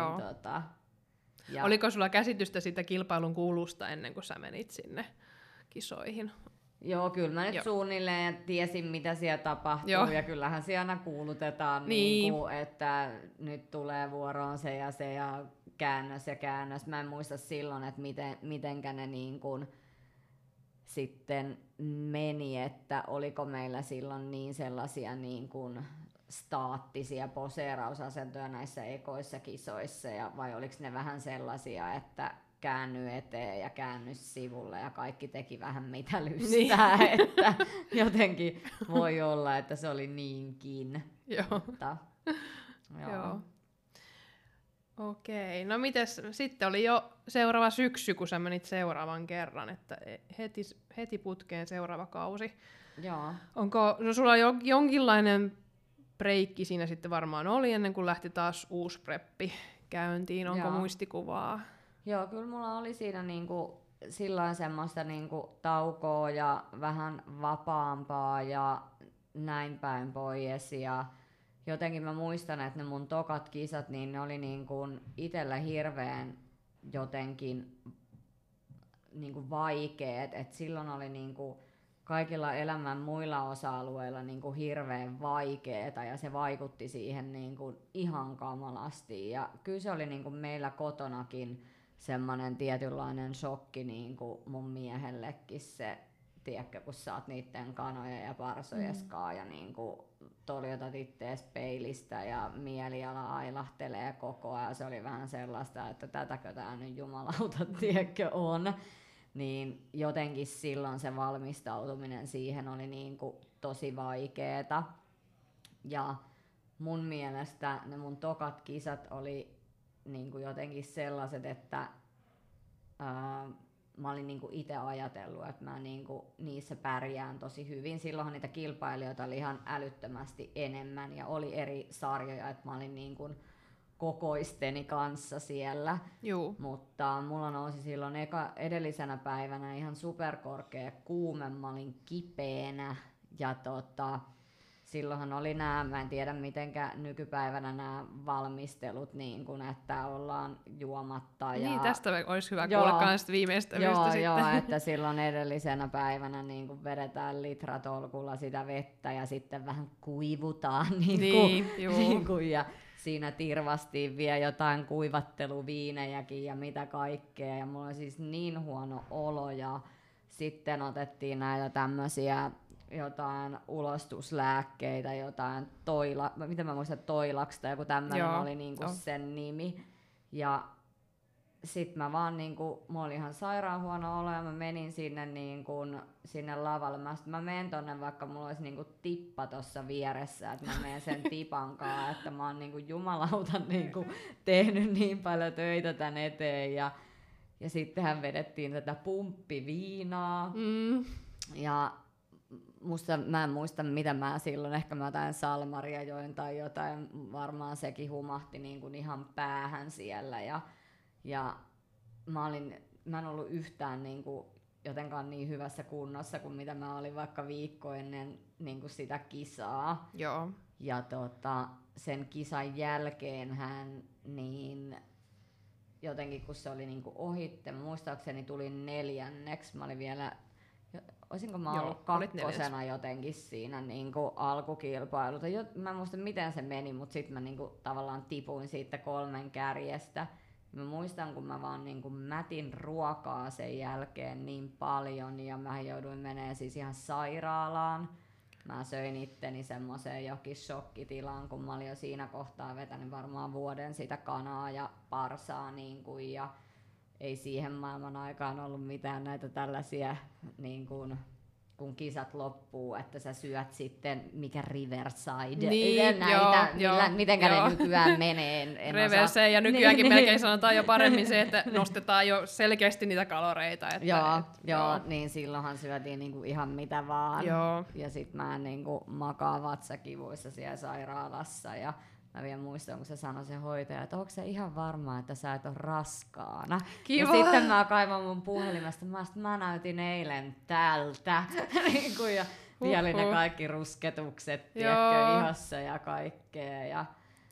Ja oliko sulla käsitystä siitä kilpailun kulusta ennen kuin sä menit sinne kisoihin? Joo, kyllä mä nyt suunnilleen tiesin, mitä siellä tapahtuu, ja kyllähän siellä aina kuulutetaan, niinku, että nyt tulee vuoroon se ja käännös. Mä en muista silloin, että mitenkä ne niinku sitten meni, että oliko meillä silloin niin sellaisia niin kuin staattisia poseerausasentoja näissä ekoissa kisoissa, vai oliko ne vähän sellaisia, että käänny eteen ja käänny sivulle ja kaikki teki vähän mitä lystää, että jotenkin voi olla, että se oli niinkin. Joo. Okei, no mites sitten oli jo seuraava syksy, kun sä menit seuraavan kerran, että heti putkeen seuraava kausi. Joo. No sulla jonkinlainen breikki siinä sitten varmaan oli ennen kuin lähti taas uusi preppi käyntiin, onko muistikuvaa? Joo, kyllä mulla oli siinä niinku sillain semmoista niinku taukoa ja vähän vapaampaa ja näin päin pois ja jotenkin mä muistan, että ne mun tokat kisat, niin ne oli niin kuin itsellä hirveän jotenkin niin kuin vaikeet. Et silloin oli niin kuin kaikilla elämän muilla osa-alueilla niin kuin hirveän vaikeeta ja se vaikutti siihen niin kuin ihan kamalasti. Ja kyllä se oli niin kuin meillä kotonakin semmoinen tietynlainen shokki niin kuin mun miehellekin se tiedätkö, kun sä oot niitten kanoja ja parsojeskaa ja niinku toljotat ittees peilistä ja mieliala ailahtelee koko ajan. Se oli vähän sellaista, että tätäkö tää nyt jumalauta, tiedätkö, on. Niin jotenkin silloin se valmistautuminen siihen oli niinku tosi vaikeeta. Ja mun mielestä ne mun tokat kisat oli niinku jotenkin sellaiset, että mä olin niinku itse ajatellut, että mä niinku niissä pärjään tosi hyvin. Silloinhan niitä kilpailijoita oli ihan älyttömästi enemmän ja oli eri sarjoja, että mä olin niinku kokoisteni kanssa siellä. Juu. Mutta mulla nousi silloin edellisenä päivänä ihan superkorkea kuume, mä olin kipeänä ja silloinhan oli nämä, mä en tiedä mitenkä nykypäivänä nämä valmistelut, niin kun, että ollaan juomatta. Ja... Niin, tästä olisi hyvä kuulla myös viimeistämistä sitten. Joo, että silloin edellisenä päivänä niin kun vedetään litratolkulla sitä vettä ja sitten vähän kuivutaan. Ja siinä tirvastiin vielä jotain kuivatteluviinejäkin ja mitä kaikkea. Ja mulla oli siis niin huono olo ja sitten otettiin näitä tämmöisiä jotain ulostuslääkkeitä, jotain miten mä muistan, toilaksi tai joku tämmöinen oli niinku sen nimi. Ja sit mä vaan niinku, mulla oli ihan sairaan huono olo ja mä menin sinne sinne lavalle. Mä menen tonne, vaikka mulla olisi niinku tippa tossa vieressä, että mä menen sen tipankaan, että mä oon niinku jumalauta niinku tehnyt niin paljon töitä tän eteen. Ja sittenhän vedettiin tätä pumppiviinaa. Ja mä en muista mitä mä silloin, ehkä mä jotain salmaria join tai jotain, varmaan sekin humahti niin kuin ihan päähän siellä ja mä en ollut yhtään niin kuin jotenkaan niin hyvässä kunnossa kuin mitä mä olin vaikka viikko ennen niin kuin sitä kisaa. Joo. Ja sen kisan jälkeenhän niin jotenkin kun se oli niin kuin ohitte, muistaakseni tuli 4. mä olin vielä olisinko mä ollut 2. jotenkin siinä niinku alkukilpailuta. Mä en muista miten se meni, mutta sitten mä niinku tavallaan tipuin siitä 3 kärjestä. Mä muistan, kun mä vaan niinku mätin ruokaa sen jälkeen niin paljon ja mä jouduin menemään siis ihan sairaalaan. Mä söin itteni semmoseen jokin shokkitilaan, kun mä olin jo siinä kohtaa vetänyt varmaan vuoden sitä kanaa ja parsaa niinku, ja ei siihen maailman aikaan ollut mitään näitä tällaisia, niin kun kisat loppuu, että sä syöt sitten, mikä Riverside, niin, näitä, mitenkä ne nykyään menee. Reverse, ja nykyäänkin melkein sanotaan jo paremmin se, että nostetaan jo selkeästi niitä kaloreita. Että, joo, niin silloinhan syötiin niinku ihan mitä vaan. Joo. Ja sit mä niinku makaan vatsakivuissa siellä sairaalassa ja mä vielä muistan, kun se sanoi se hoitaja, että onko se ihan varma, että sä et ole raskaana. Kiva. Ja sitten mä kaivan mun puhelimesta, mä näytin eilen tältä. Ja vielä ne kaikki rusketukset tiedätkö, ihossa ja kaikkea.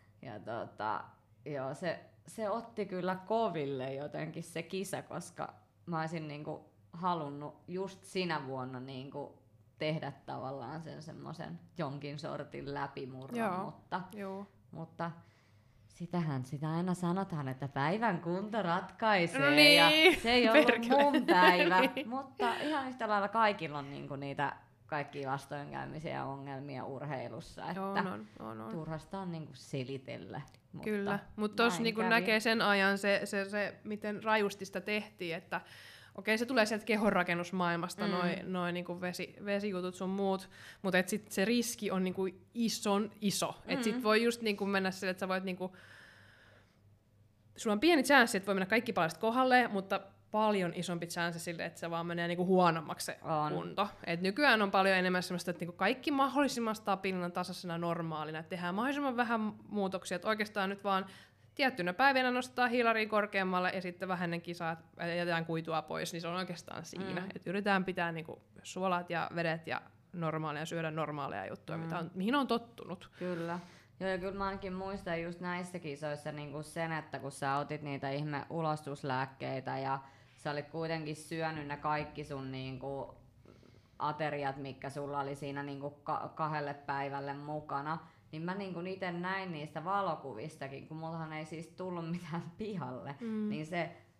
Ja se otti kyllä koville jotenkin se kisa, koska mä olisin niinku halunnut just sinä vuonna niinku tehdä tavallaan sen semmoisen jonkin sortin läpimurron, mutta sitähän sitä aina sanotaan, että päivän kunto ratkaisee, no niin, ja se ei ollut mun päivä, mutta ihan yhtä lailla kaikilla on niinku niitä kaikkia vastoinkäymisiä ja ongelmia urheilussa, että on. turhasta on niinku selitellä. Kyllä, mutta tuossa niinku näkee sen ajan se, miten rajusti sitä tehtiin, että okei, se tulee sieltä kehonrakennusmaailmasta, noin niinku vesijutut sun muut, mutta sit se riski on niinku iso. Et sit voi just niinku mennä sille, että sä voit niinku, sulla on pieni chanssi, että voi mennä kaikki palaset kohdalle, mutta paljon isompi chanssi sille, että se vaan menee niinku huonommaksi se kunto. Et nykyään on paljon enemmän semmoista, että niinku kaikki mahdollisimman stabiilina, tasaisena, normaalina, että tehdään mahdollisimman vähän muutoksia, että oikeastaan nyt vaan tiettynä päivänä nostaa hiilariin korkeammalle ja sitten vähän ennen kisaa jätetään kuitua pois, niin se on oikeastaan siinä. Et yritetään pitää niinku suolat ja vedet ja normaalia, syödä normaaleja juttuja, mihin on tottunut. Kyllä. Joo, ja kyllä mä ainakin muistan just näissä kisoissa niinku sen, että kun sä otit niitä ihme ulostuslääkkeitä ja sä olit kuitenkin syönyt ne kaikki sun niinku ateriat, mitkä sulla oli siinä niinku 2 päivälle mukana, niin mä niinku itse näin niistä valokuvistakin, kun mullahan ei siis tullut mitään pihalle, niin se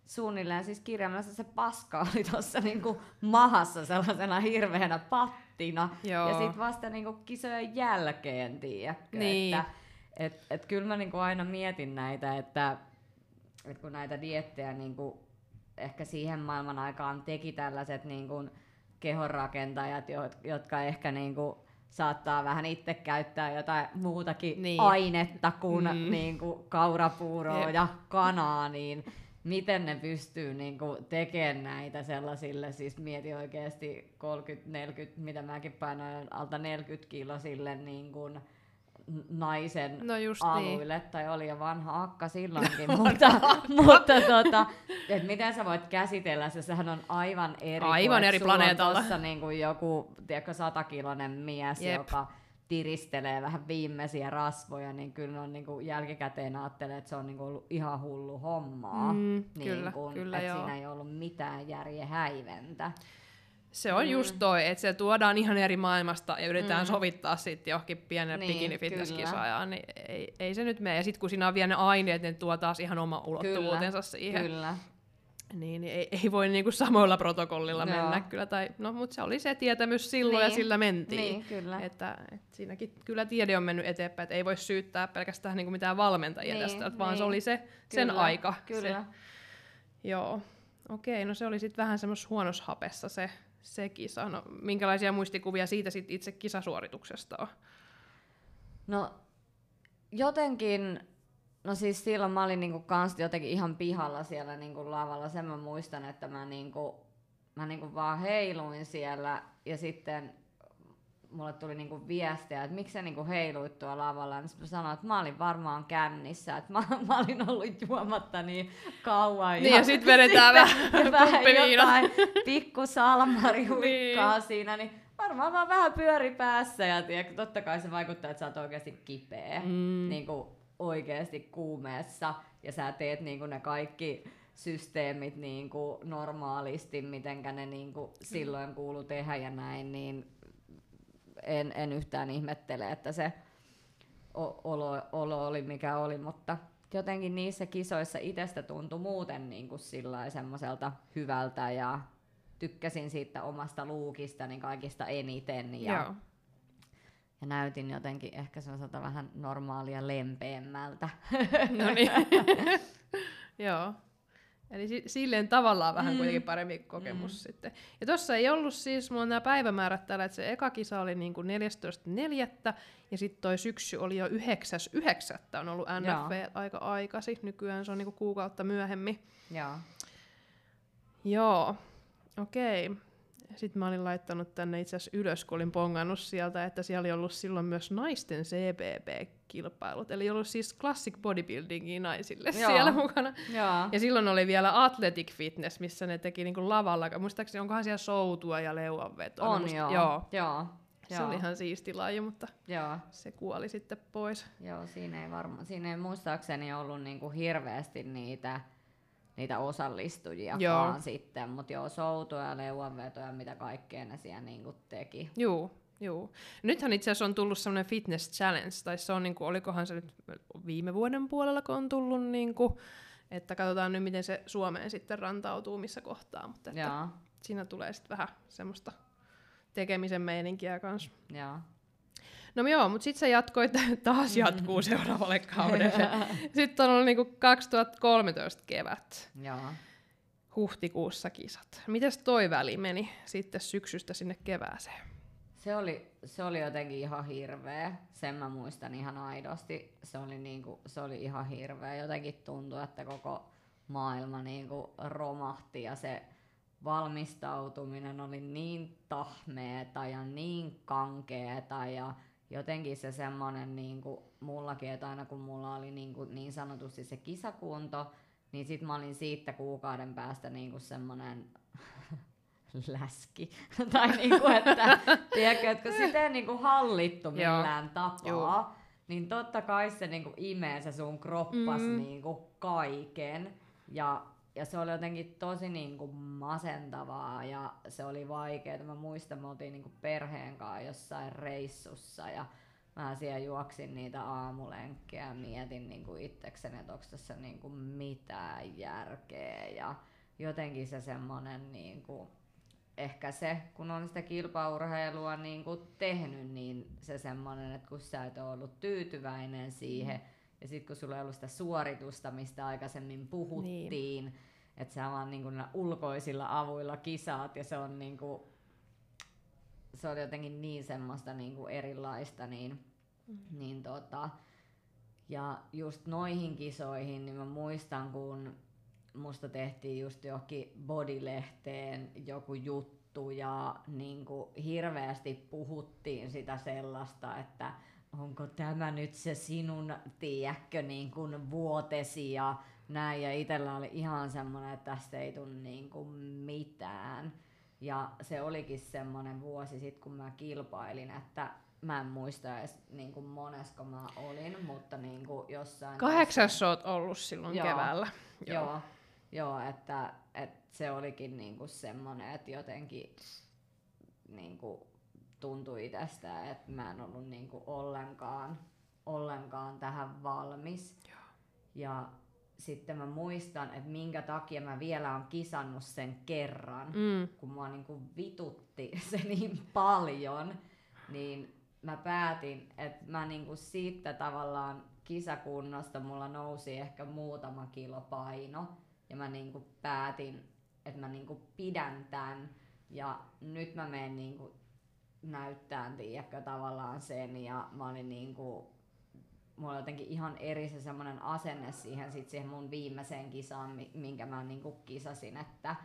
suunnilleen siis kirjaimellisesti se paska oli tuossa niinku mahassa sellaisena hirveänä pattina. Joo. Ja sitten vasta niinku kisojen jälkeen, tiedätkö, Niin. että kyllä mä niinku aina mietin näitä, että kun näitä diettejä niinku ehkä siihen maailman aikaan teki tällaiset niinku kehonrakentajat, jotka ehkä niinku saattaa vähän itse käyttää jotain muutakin ainetta kuin niinku kaurapuuroa ja kanaa, niin miten ne pystyy niinku tekemään näitä sellaisille, siis mieti oikeasti 30-40, mitä mäkin painoin, alta 40 kilosille niinku naisen aluille, niin. Tai oli jo vanha akka silloinkin, mutta et miten sä voit käsitellä se, sehän on aivan eri planeetalla. Tuossa niinku joku 100-kiloinen mies, joka tiristelee vähän viimeisiä rasvoja, niin kyllä on niinku jälkikäteen ajattelee, että se on niinku ollut ihan hullu hommaa. Kyllä, että siinä ei ollut mitään järjen häiventä. Se on just toi, että se tuodaan ihan eri maailmasta ja yritetään sovittaa sitten johonkin pienelle bikini-fitness-kisajaan, niin ei se nyt mene. Ja sitten kun siinä on vielä ne aineet, niin tuo taas ihan oma ulottuvuutensa siihen. Kyllä. Niin ei voi niinku samoilla protokollilla mennä kyllä. Mutta se oli se tietämys silloin ja sillä mentiin. Niin, kyllä. Että siinäkin kyllä tiede on mennyt eteenpäin, että ei voi syyttää pelkästään niinku mitään valmentajia tästä, vaan se oli sen aika. Kyllä. Joo. Okei, no se oli sitten vähän semmoisessa huonossa hapessa se kisa. No, minkälaisia muistikuvia siitä sit itse kisasuorituksesta on? No jotenkin, no siis silloin mä olin niinku kans jotenkin ihan pihalla siellä niinku lavalla. Sen mä muistan, että mä niinku vaan heiluin siellä ja sitten mulle tuli niinku viestiä, että miksi sä niinku heiluit tuolla lavalla. Ja sitten mä sanoin, että mä olin varmaan kännissä, että mä olin ollut juomatta niin kauan. Niin ja sit vedetään vähän jotain pikku salmarihuikkaa siinä, niin varmaan vaan vähän pyöri päässä. Ja tiedätkö, totta kai se vaikuttaa, että sä oot oikeasti kipeä, niinku oikeasti kuumeessa. Ja sä teet niinku ne kaikki systeemit niinku normaalisti, mitenkä ne niinku silloin kuuluu tehdä ja näin, niin en yhtään ihmettele, että se olo oli mikä oli, mutta jotenkin niissä kisoissa itsestä tuntui muuten niin kuin semmoiselta hyvältä ja tykkäsin siitä omasta luukistani kaikista eniten ja näytin jotenkin ehkä sellaiselta vähän normaalia lempeämmältä. No niin. Joo. Eli silleen tavallaan vähän kuitenkin parempi kokemus sitten. Ja tossa ei ollut siis, mulla on nämä päivämäärät täällä, että se eka kisa oli niinku 14.4. ja sitten toi syksy oli jo 9.9. on ollut NFV aika aikaisin. Nykyään se on niinku kuukautta myöhemmin. Joo. Okei. Sitten mä olin laittanut tänne itse asiassa ylös, kun olin pongannut sieltä, että siellä oli ollut silloin myös naisten CBB-kilpailut. Eli ollut siis classic bodybuildingia naisille siellä mukana. Ja silloin oli vielä athletic fitness, missä ne teki niinku lavalla. Muistaakseni onkohan siellä soutua ja leuanvetoa. On joo. Se oli ihan siisti laji, mutta se kuoli sitten pois. Joo, siinä ei muistaakseni ollut niinku hirveästi niitä osallistujia vaan sitten, mutta soutua ja leuanvetoja, mitä kaikkea ne siellä niinku teki. Joo. Nythän itse asiassa on tullut semmoinen fitness challenge, tai se on niinku, olikohan se nyt viime vuoden puolella, kun on tullut niinku, että katsotaan nyt miten se Suomeen sitten rantautuu missä kohtaa, mutta että siinä tulee sitten vähän semmoista tekemisen meininkiä kanssa. No joo, mutta sitten sä jatkoit, taas jatkuu seuraavalle kaudelle. Sitten on ollut niinku 2013 kevät. Huhtikuussa kisat. Mites toi väli meni sitten syksystä sinne kevääseen? Se oli jotenkin ihan hirveä. Sen mä muistan ihan aidosti. Se oli ihan hirveä. Jotenkin tuntui, että koko maailma niinku romahti ja se valmistautuminen oli niin tahmeeta ja niin kankeeta ja jotenkin se semmonen niinku mullakin, että aina kun mulla oli niinku niin sanotusti se kisakunto, niin sit mä olin siitä kuukauden päästä niinku semmonen läski. Tai niinku, että tiedätkö, että kun sitä ei niinku hallittu millään tapaa, niin totta kai se niinku imee se sun kroppas niinku kaiken. Ja se oli jotenkin tosi niinku masentavaa ja se oli vaikeaa. Mä muistan, me oltiin niinku perheen kanssa jossain reissussa ja mä siellä juoksin niitä aamulenkkejä ja mietin niinku itsekseni, että onko tässä niinku mitään järkeä. Ja jotenkin se semmonen niinku, ehkä se, kun on sitä kilpaurheilua niinku tehnyt, niin se semmonen, että kun sä et ole ollut tyytyväinen siihen, ja sit kun sulla ei ollut sitä suoritusta, mistä aikaisemmin puhuttiin, että sä vaan niinku ulkoisilla avuilla kisaat, ja se on niinku, se on jotenkin niin semmoista niinku erilaista, ja just noihin kisoihin, niin mä muistan, kun musta tehtiin just johonkin Body-lehteen joku juttu ja niinku hirveästi puhuttiin sitä sellaista, että onko tämä nyt se sinun, tiedätkö, niin kuin vuotesi ja näin. Ja itsellä oli ihan semmoinen, että tästä ei tule niinku mitään. Ja se olikin semmoinen vuosi sitten, kun mä kilpailin, että mä en muista edes niinku monesko mä olin, mutta niinku jossain... 8 oot ollut silloin keväällä. Joo, että se olikin niinku semmoinen, että jotenkin niinku tuntui tästä, että mä en ollut niinku ollenkaan tähän valmis. Joo. Ja sitten mä muistan, että minkä takia mä vielä on kisannut sen kerran, kun mua niinku vitutti se niin paljon, niin mä päätin, että mä niinku siitä tavallaan kisakunnosta mulla nousi ehkä muutama kilo paino. Ja mä niinku päätin, että mä niinku pidän tän ja nyt mä menen niinku näyttään, tiedätkö, tavallaan sen. Ja mä olin niinku, mulla oli jotenkin ihan eri se semmonen asenne siihen mun viimeiseen kisaan, minkä mä niinku kisasin, että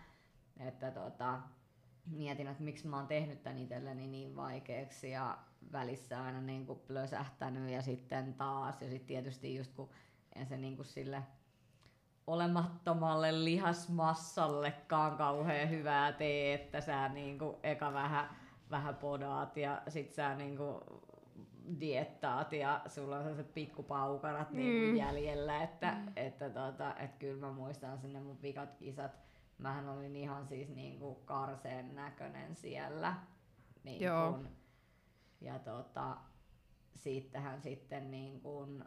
mietin, että miksi mä oon tehnyt tän itselleni niin vaikeaksi ja välissä aina niinku plösähtänyt ja sitten taas. Ja sitten tietysti just kun en se niinku sille olemattomalle lihasmassallekaan kauhean hyvää tee, että sä niinku eka vähän podaat ja sit sä niinku diettaat ja sulla on sellaiset pikkupaukarat niinku jäljellä, että kyllä mä muistan sinne mun vikat kisat. Mähän olin ihan siis niinku karseen näköinen siellä. Niin kun, ja siitähän sitten niin kun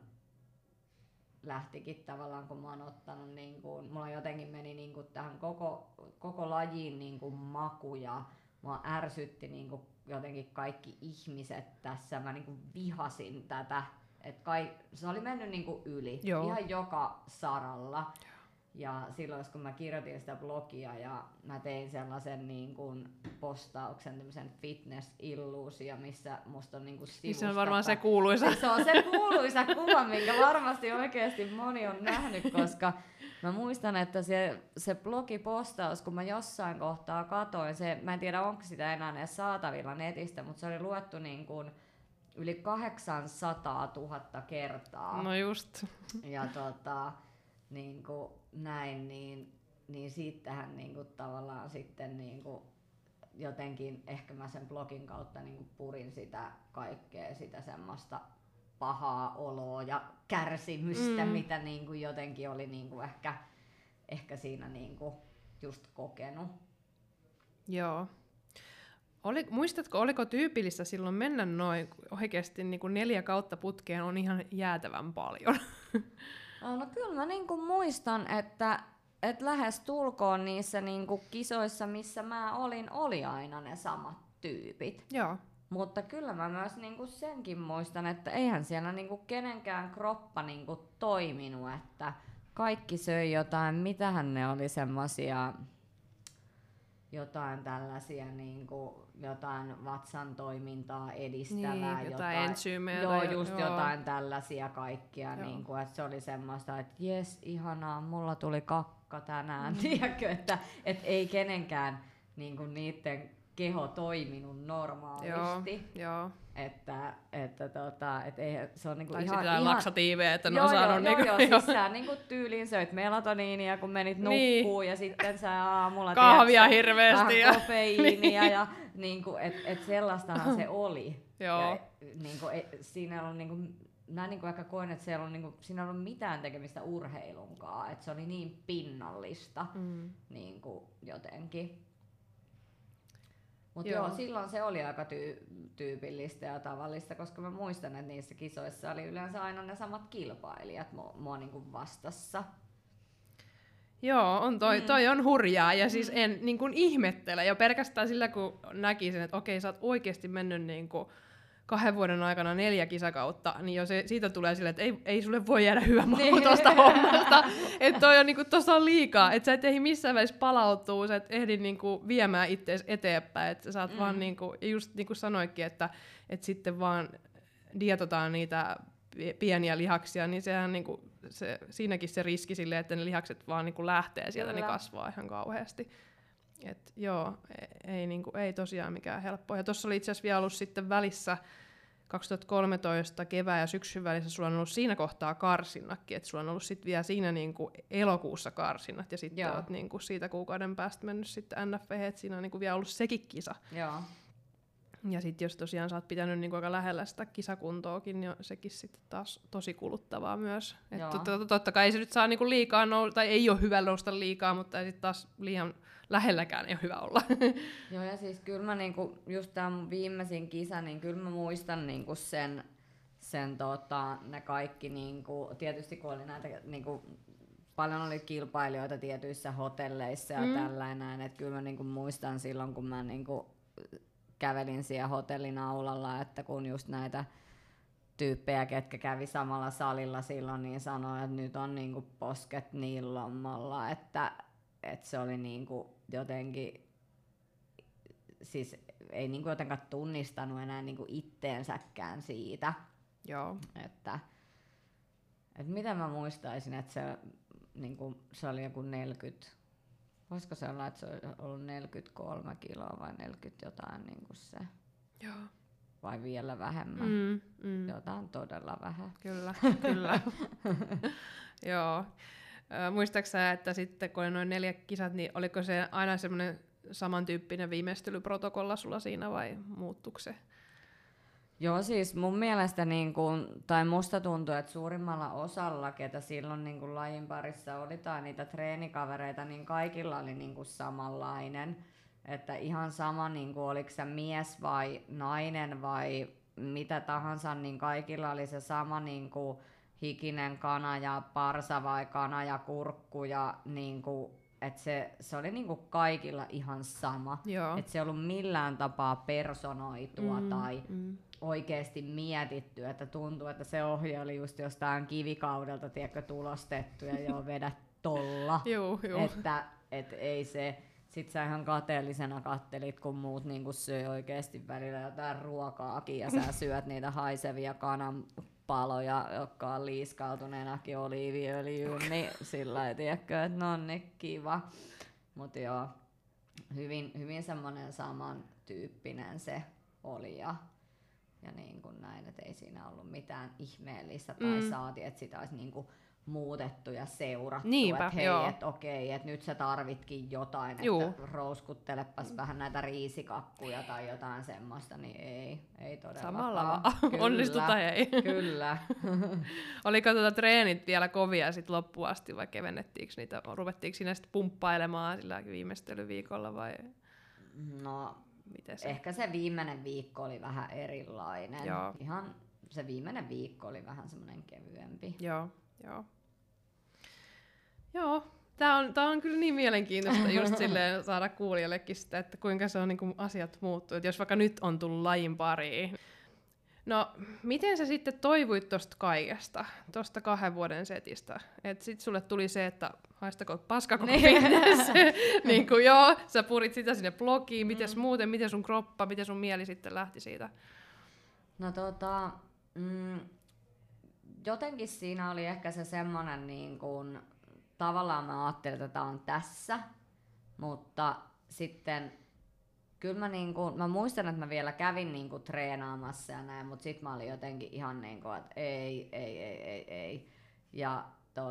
lähtikin tavallaan, kun mä oon ottanut, niin kun, mulla jotenkin meni niin kun tähän koko lajiin niin kun maku ja mua ärsytti niin kun jotenkin kaikki ihmiset tässä. Mä niin kun vihasin tätä, että se oli mennyt niin kun yli ihan joka saralla. Ja silloin kun mä kirjoitin sitä blogia ja mä tein sellaisen niin kuin postauksen, tämmöisen fitness-illuusio, missä musta on niin kuin sivusta. Se on varmaan se kuuluisa. Se on se kuuluisa kuva, minkä varmasti oikeasti moni on nähnyt, koska mä muistan, että se blogipostaus, kun mä jossain kohtaa katoin, mä en tiedä onko sitä enää edes saatavilla netistä, mutta se oli luettu niin kuin yli 800 000 kertaa. No just. Ja niin kuin näin, niin siitähän niin kuin tavallaan sitten niin kuin jotenkin ehkä mä sen blogin kautta niin kuin purin sitä kaikkea, sitä semmoista pahaa oloa ja kärsimystä, mitä niin kuin jotenkin oli niin kuin ehkä siinä niin kuin just kokenut. Joo. Muistatko, oliko tyypillistä silloin mennä noin oikeasti niin kuin 4 kautta putkeen on ihan jäätävän paljon? No kyllä mä niinku muistan, että lähes tulkoon niissä niinku kisoissa, missä mä oli aina ne samat tyypit. Joo. Mutta kyllä mä myös niinku senkin muistan, että eihän siellä niinku kenenkään kroppa niinku toiminut, että kaikki söi jotain, mitähän ne oli semmosia, jotain tällaisia niinku, jotain vatsan toimintaa edistävää, niin, jotain ensyymejä. Joo, just jotain tällaisia kaikkia, niinku, että se oli semmoista, että jes, ihanaa, mulla tuli kakka tänään, tiedätkö, että ei kenenkään niinku niiden keho toiminut normaalisti. Joo. Että ei, se on niinku tai ihan laksatiiveja, että ne on saanut siis sä niinku tyyliin söit melatoniinia, kun menit nukkuun ja sitten sä aamulla kahvia hirveästi ja kofeiinia ja niinku et sellaistahan se oli. Joo. Ja niinku siinä on niinku mä niinku ehkä koen, että siellä on niinku siinä ei ollut mitään tekemistä urheilunkaan, että se oli niin pinnallista niinku jotenkin. Mutta joo, silloin se oli aika tyypillistä ja tavallista, koska mä muistan, että niissä kisoissa oli yleensä aina ne samat kilpailijat mua niinku vastassa. Joo, toi on hurjaa, ja siis en niin kuin ihmettele, jo pelkästään sillä kun näki sen, että okei, sä oot oikeesti mennyt niin kuin 2 vuoden aikana 4 kisakautta, niin jo siitä tulee silleen, että ei sulle voi jäädä hyvä maku tosta hommasta, että toi on niinku, tossa on liikaa, että sä et ehdi missään välissä palautuu, sä et ehdi niinku viemään itseäsi eteenpäin, että sä oot vaan niinku, just niin kuin sanoikin, että sitten vaan dietotaan niitä pieniä lihaksia, niin sehän niinku, siinäkin se riski silleen, että ne lihakset vaan niinku lähtee sieltä, niin kasvaa ihan kauheasti. Et joo, ei tosiaan mikään helppoa. Ja tuossa oli itse asiassa vielä ollut sitten välissä 2013 kevään ja syksyn välissä sulla on ollut siinä kohtaa karsinnatkin, että sulla on ollut sitten vielä siinä niinku elokuussa karsinnat ja sitten olet niinku siitä kuukauden päästä mennyt sitten NFV, että siinä on niinku vielä ollut sekin kisa. Joo. Ja sitten jos tosiaan sä oot pitänyt niinku aika lähellä sitä kisakuntoakin, niin sekin sitten taas tosi kuluttavaa myös. Totta kai ei se nyt saa niinku liikaa tai ei ole hyvä nousta liikaa, mutta ei sitten taas liian lähelläkään ei ole hyvä olla. Joo, ja siis kyllä mä niinku, just tää mun viimeisin kisa, niin kyllä mä muistan niinku sen ne kaikki, niinku, tietysti kun oli näitä, niinku, paljon oli kilpailijoita tietyissä hotelleissa ja tällainen, että kyllä mä niinku muistan silloin, kun mä niinku kävelin siellä hotellin aulalla, että kun just näitä tyyppejä, ketkä kävi samalla salilla silloin, niin sanoi, että nyt on niinku posket niin lommalla, että se oli niinku jotenkin, siis ei niinku jotenkaan tunnistanut enää niinku itteensäkään siitä. Joo. Että miten mä muistaisin, että se oli joku 40, voisiko se olla, että se on ollut 43 kiloa vai 40 jotain niinku se. Joo. Vai vielä vähemmän. Jotain todella vähän. Kyllä. Joo. Muistaaksä sä, että sitten kun oli noin 4 kisat, niin oliko se aina semmoinen samantyyppinen viimeistelyprotokolla sulla siinä vai muuttuiko se? Joo, siis mun mielestä tai musta tuntuu, että suurimmalla osalla, ketä silloin lajin parissa oli tai niitä treenikavereita, niin kaikilla oli samanlainen. Että ihan sama, oliko se mies vai nainen vai mitä tahansa, niin kaikilla oli se sama hikinen kana ja parsa vai kana ja kurkku ja että se oli kaikilla ihan sama. Että se ei ollut millään tapaa personoitua tai oikeasti mietitty, että tuntuu, että se ohje oli just jostain kivikaudelta, tiedätkö, tulostettu ja joo, vedä tolla. Että ei se. Sitten sä ihan kateellisena kattelit, kun muut syö oikeasti välillä jotain ruokaakin ja sä syöt niitä haisevia kananpaloja, jotka on liiskautuneenakin oliiviöljyyn, niin sillä ei tiedäkö, että no niin kiva. Mutta joo, hyvin semmoinen samantyyppinen se oli ja niin kuin näin, että ei siinä ollut mitään ihmeellistä tai saati, että sitä olisi muutettu ja seurattu, että hei, että okei, että nyt sä tarvitkin jotain, että rouskuttelepas vähän näitä riisikakkuja tai jotain semmoista, niin ei todellakaan. Samalla vaan, onnistu tai ei. Kyllä. Oliko treenit vielä kovia sit loppuun asti vai kevennettiinkö niitä, ruvettiinko siinä sitten pumppailemaan sillä viimeistelyviikolla vai? No, ehkä se viimeinen viikko oli vähän erilainen. Joo. Ihan se viimeinen viikko oli vähän semmoinen kevyempi. Joo, tää on kyllä niin mielenkiintoista just silleen saada kuulijallekin sitä, että kuinka se on niinku asiat muuttuu. Et jos vaikka nyt on tullut lajin pariin. No, miten sä sitten toivuit tosta kaikesta, tosta 2 vuoden setistä? Et sit sulle tuli se, että haistako paskako fitness. Niinku joo, sä purit sitä sinne blogiin, mites muuten, miten sun kroppa, miten sun mieli sitten lähti siitä? No jotenkin siinä oli ehkä se semmonen tavallaan mä ajattelin, että tää on tässä, mutta sitten kyllä mä muistan, että mä vielä kävin treenaamassa ja näin, mutta sit mä olin jotenkin ihan että ei. Ja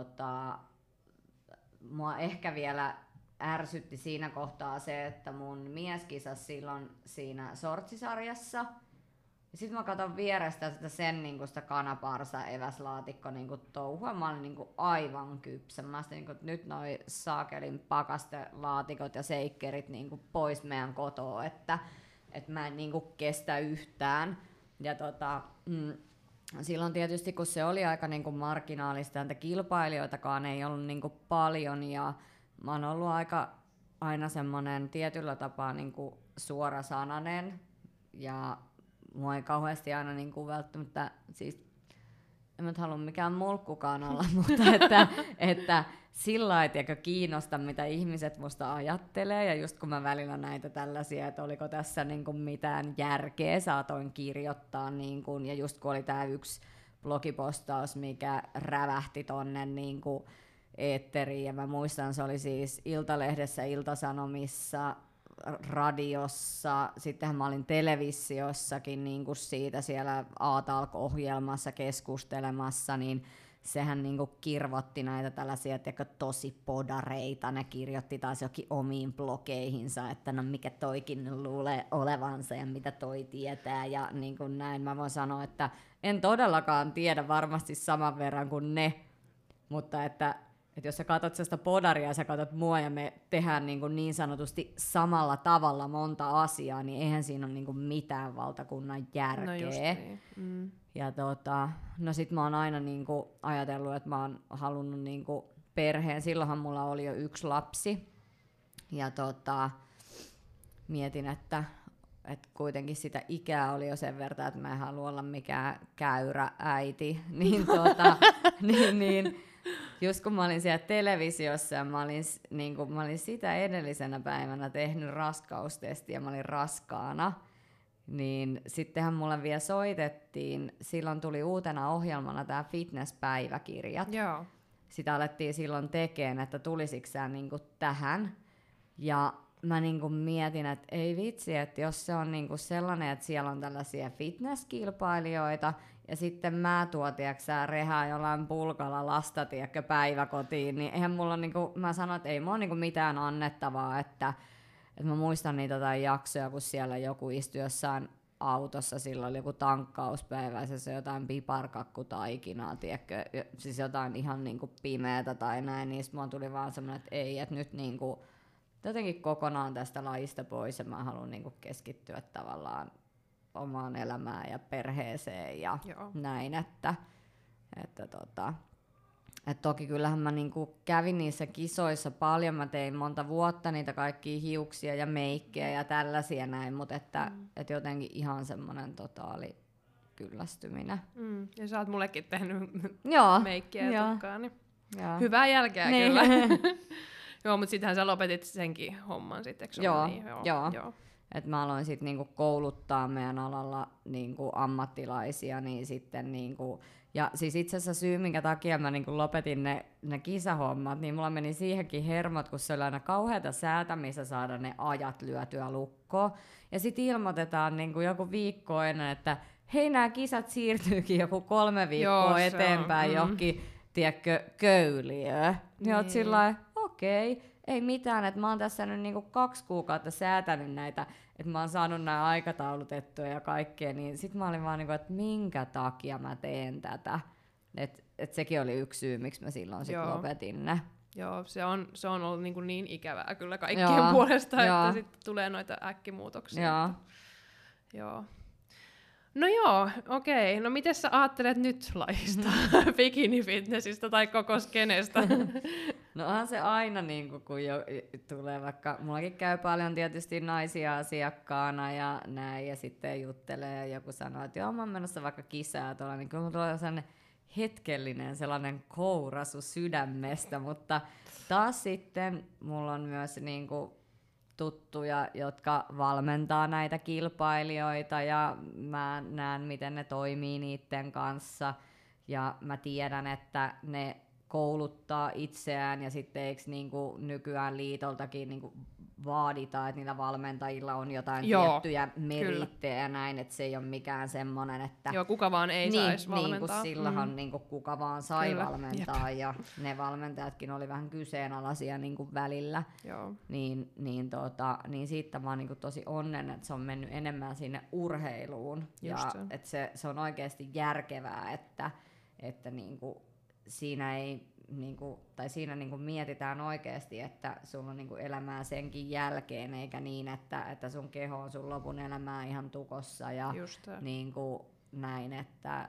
mua ehkä vielä ärsytti siinä kohtaa se, että mun mies kisasi silloin siinä sortsisarjassa. Sitten mä katson vierestä sen sitä kanaparsa eväslaatikko touhua. Mä olin aivan kypsä. Mä että nyt noi saakelin pakastelaatikot ja seikkerit pois meidän kotoa. Että että mä en niinku kestä yhtään. Ja silloin tietysti, kun se oli aika niinku marginaalista, että kilpailijoitakaan ei ollut niinku paljon, ja mä oon ollut aina semmoinen tietyllä tapaa niinku suorasanainen, ja mua ei kauheasti aina niinku välttämättä, siis en mä halua mikään mulkkukaan olla, mutta että sillä lailla kiinnosta, mitä ihmiset musta ajattelee, ja just kun mä välillä näitä tällaisia, että oliko tässä niinku mitään järkeä, saatoin kirjoittaa, niinku, ja just kun oli tää yksi blogipostaus, mikä rävähti tonne niinku eetteriin, ja mä muistan, se oli siis Iltalehdessä, Iltasanomissa, radiossa, sittenhän mä olin televisiossakin niinku siitä siellä A-Talk-ohjelmassa keskustelemassa, niin sehän niinku kirvoitti näitä tällaisia tosi podareita, ne kirjoitti taas jokin omiin blogeihinsa, että no mikä toikin luulee olevansa ja mitä toi tietää, ja niin kuin näin mä voin sanoa, että en todellakaan tiedä varmasti saman verran kuin ne, mutta että jos sä katsot sitä podaria ja sä katsot mua ja me tehdään niin sanotusti samalla tavalla monta asiaa, niin eihän siinä ole mitään valtakunnan järkeä. No just niin. Ja no sit mä oon aina ajatellut, että mä oon halunnut perheen. Silloinhan mulla oli jo 1 lapsi. Ja mietin, että kuitenkin sitä ikää oli jo sen verran, että mä en halua olla mikään käyrä äiti. niin, just kun mä olin siellä televisiossa ja mä olin sitä edellisenä päivänä tehnyt raskaustestiä ja mä olin raskaana, niin sittenhän mulle vielä soitettiin, silloin tuli uutena ohjelmana tää fitnesspäiväkirjat. Joo. Sitä alettiin silloin tekemään, että tulisitko sä tähän. Ja mä mietin, että ei vitsi, että jos se on sellainen, että siellä on tällaisia fitnesskilpailijoita, ja sitten mä rehaa jollain pulkalla lasta päiväkotiin, niin eihän mulla mä sanoin, että ei mulla mitään annettavaa, että mä muistan niitä jotain jaksoja, kun siellä joku istui jossain autossa, sillä oli joku tankkauspäivä, ja se jotain piparkakkutaikinaa, tiedätkö, siis jotain ihan pimeätä tai näin, niin mulla tuli vaan semmoinen, että ei, että nyt jotenkin kokonaan tästä lajista pois, ja mä haluan keskittyä tavallaan omaan elämään ja perheeseen ja näin, että toki kyllähän mä kävin niissä kisoissa paljon, mä tein monta vuotta niitä kaikkia hiuksia ja meikkejä ja tällaisia näin, mutta että jotenkin ihan semmoinen totaali kyllästyminen. Ja sä oot mullekin tehnyt meikkiä ja tukkaa, niin hyvää jälkeä kyllä. Joo, mutta sittenhän sä lopetit senkin homman sitten, eikö Joo, niin? joo. Et mä aloin sitten kouluttaa meidän alalla ammattilaisia, niin sitten ja siis itse asiassa syy, minkä takia mä lopetin ne kisahommat, niin mulla meni siihenkin hermot, kun se oli aina kauheata säätämistä saada ne ajat lyötyä lukkoon. Ja sitten ilmoitetaan joku viikko ennen, että hei, nämä kisat siirtyykin joku 3 viikkoa eteenpäin johonkin, tiedätkö, Köyliöön. Niin oot sillain, okei. Ei mitään, että mä oon tässä nyt 2 kuukautta säätänyt näitä, että mä oon saanut nämä aikataulutettua ja kaikkea, niin sit mä olin vaan että minkä takia mä teen tätä. Et sekin oli yksi syy, miksi mä silloin sit lopetin ne. Joo, se on ollut niin ikävää kyllä kaikkien puolesta, että sitten tulee noita äkkimuutoksia. Joo. No joo, okei. No miten sä ajattelet nyt lajista, bikini-fitnessistä tai koko skenestä? No onhan se aina, kun tulee vaikka, mullakin käy paljon tietysti naisia asiakkaana ja näin, ja sitten juttelee ja joku sanoo, että joo, mä oon menossa vaikka kisää tuolla, niin kyllä mulla tulee sellainen hetkellinen sellainen kourasu sydämestä, mutta taas sitten mulla on myös tuttuja, jotka valmentaa näitä kilpailijoita, ja mä näen, miten ne toimii niiden kanssa, ja mä tiedän, että ne kouluttaa itseään, ja sitten eikö nykyään liitoltakin vaaditaan, että niillä valmentajilla on jotain tiettyjä merittejä ja näin, että se ei ole mikään semmoinen, että joo, kuka vaan ei saisi valmentaa. Niin, silloinhan kuka vaan sai valmentaa, ja ne valmentajatkin oli vähän kyseenalaisia välillä. Joo. Niin siitä mä oon tosi onnen, että se on mennyt enemmän sinne urheiluun, ja että se on oikeasti järkevää, että siinä ei tai siinä niinku mietitään oikeasti, että sulla on niinku elämää senkin jälkeen, eikä niin, että sun keho on sun lopun elämää ihan tukossa ja niinku näin, että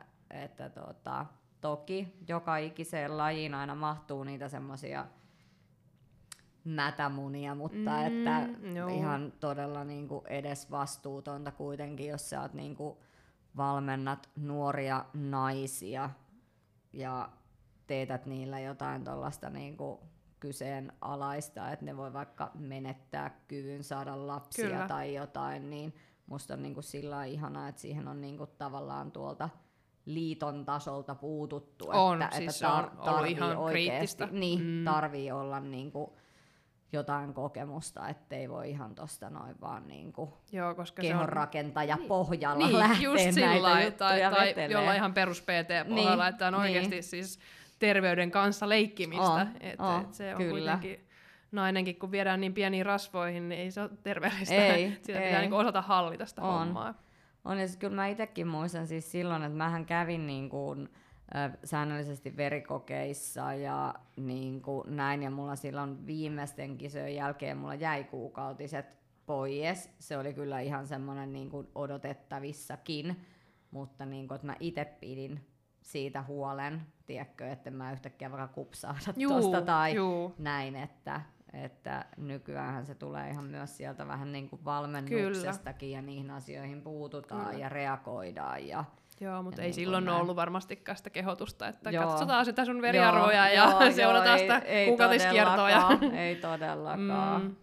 toki joka ikiseen lajiin aina mahtuu niitä semmosia mätämunia, mutta että ihan todella niinku edesvastuutonta kuitenkin, jos sä oot niinku valmennat nuoria naisia ja teetät niillä jotain tuollaista niinku kyseenalaista, että ne voi vaikka menettää kyvyn saada lapsia tai jotain, niin musta on niinku sillä ihanaa, että siihen on niinku tavallaan tuolta liiton tasolta puututtu, on, että, siis että on ollut ihan kriittistä. Tarvii olla niinku jotain kokemusta, ettei voi ihan tosta noin vaan niinku kehonrakentaja pohjalla lähteä just näitä juttuja tai jollain ihan perus PT-pohjalla, että on oikeasti siis terveyden kanssa leikkimistä. Et se on kuitenkin, nainenkin kun viedään niin pieniin rasvoihin, niin ei se ole terveellistä. Sitä pitää niinku osata hallita sitä hommaa. On, ja kyllä mä itsekin muistan siis silloin, että mähän kävin niin kuin säännöllisesti verikokeissa ja niin kuin näin, ja mulla silloin viimeisten kisojen jälkeen mulla jäi kuukautiset pois. Se oli kyllä ihan semmoinen niin kuin odotettavissakin, mutta niin kuin, että mä itse pidin siitä huolen, tiedätkö, että mä yhtäkkiä vaikka kupsahda tosta tai näin, että nykyäänhän se tulee ihan myös sieltä vähän niin kuin valmennuksestakin ja niihin asioihin puututaan ja reagoidaan. Joo, mutta ei niin silloin ole ollut varmastikaan sitä kehotusta, että katsotaan sitä sun veriarvoja ja seurataan sitä kuukautiskiertoa. Ei todellakaan,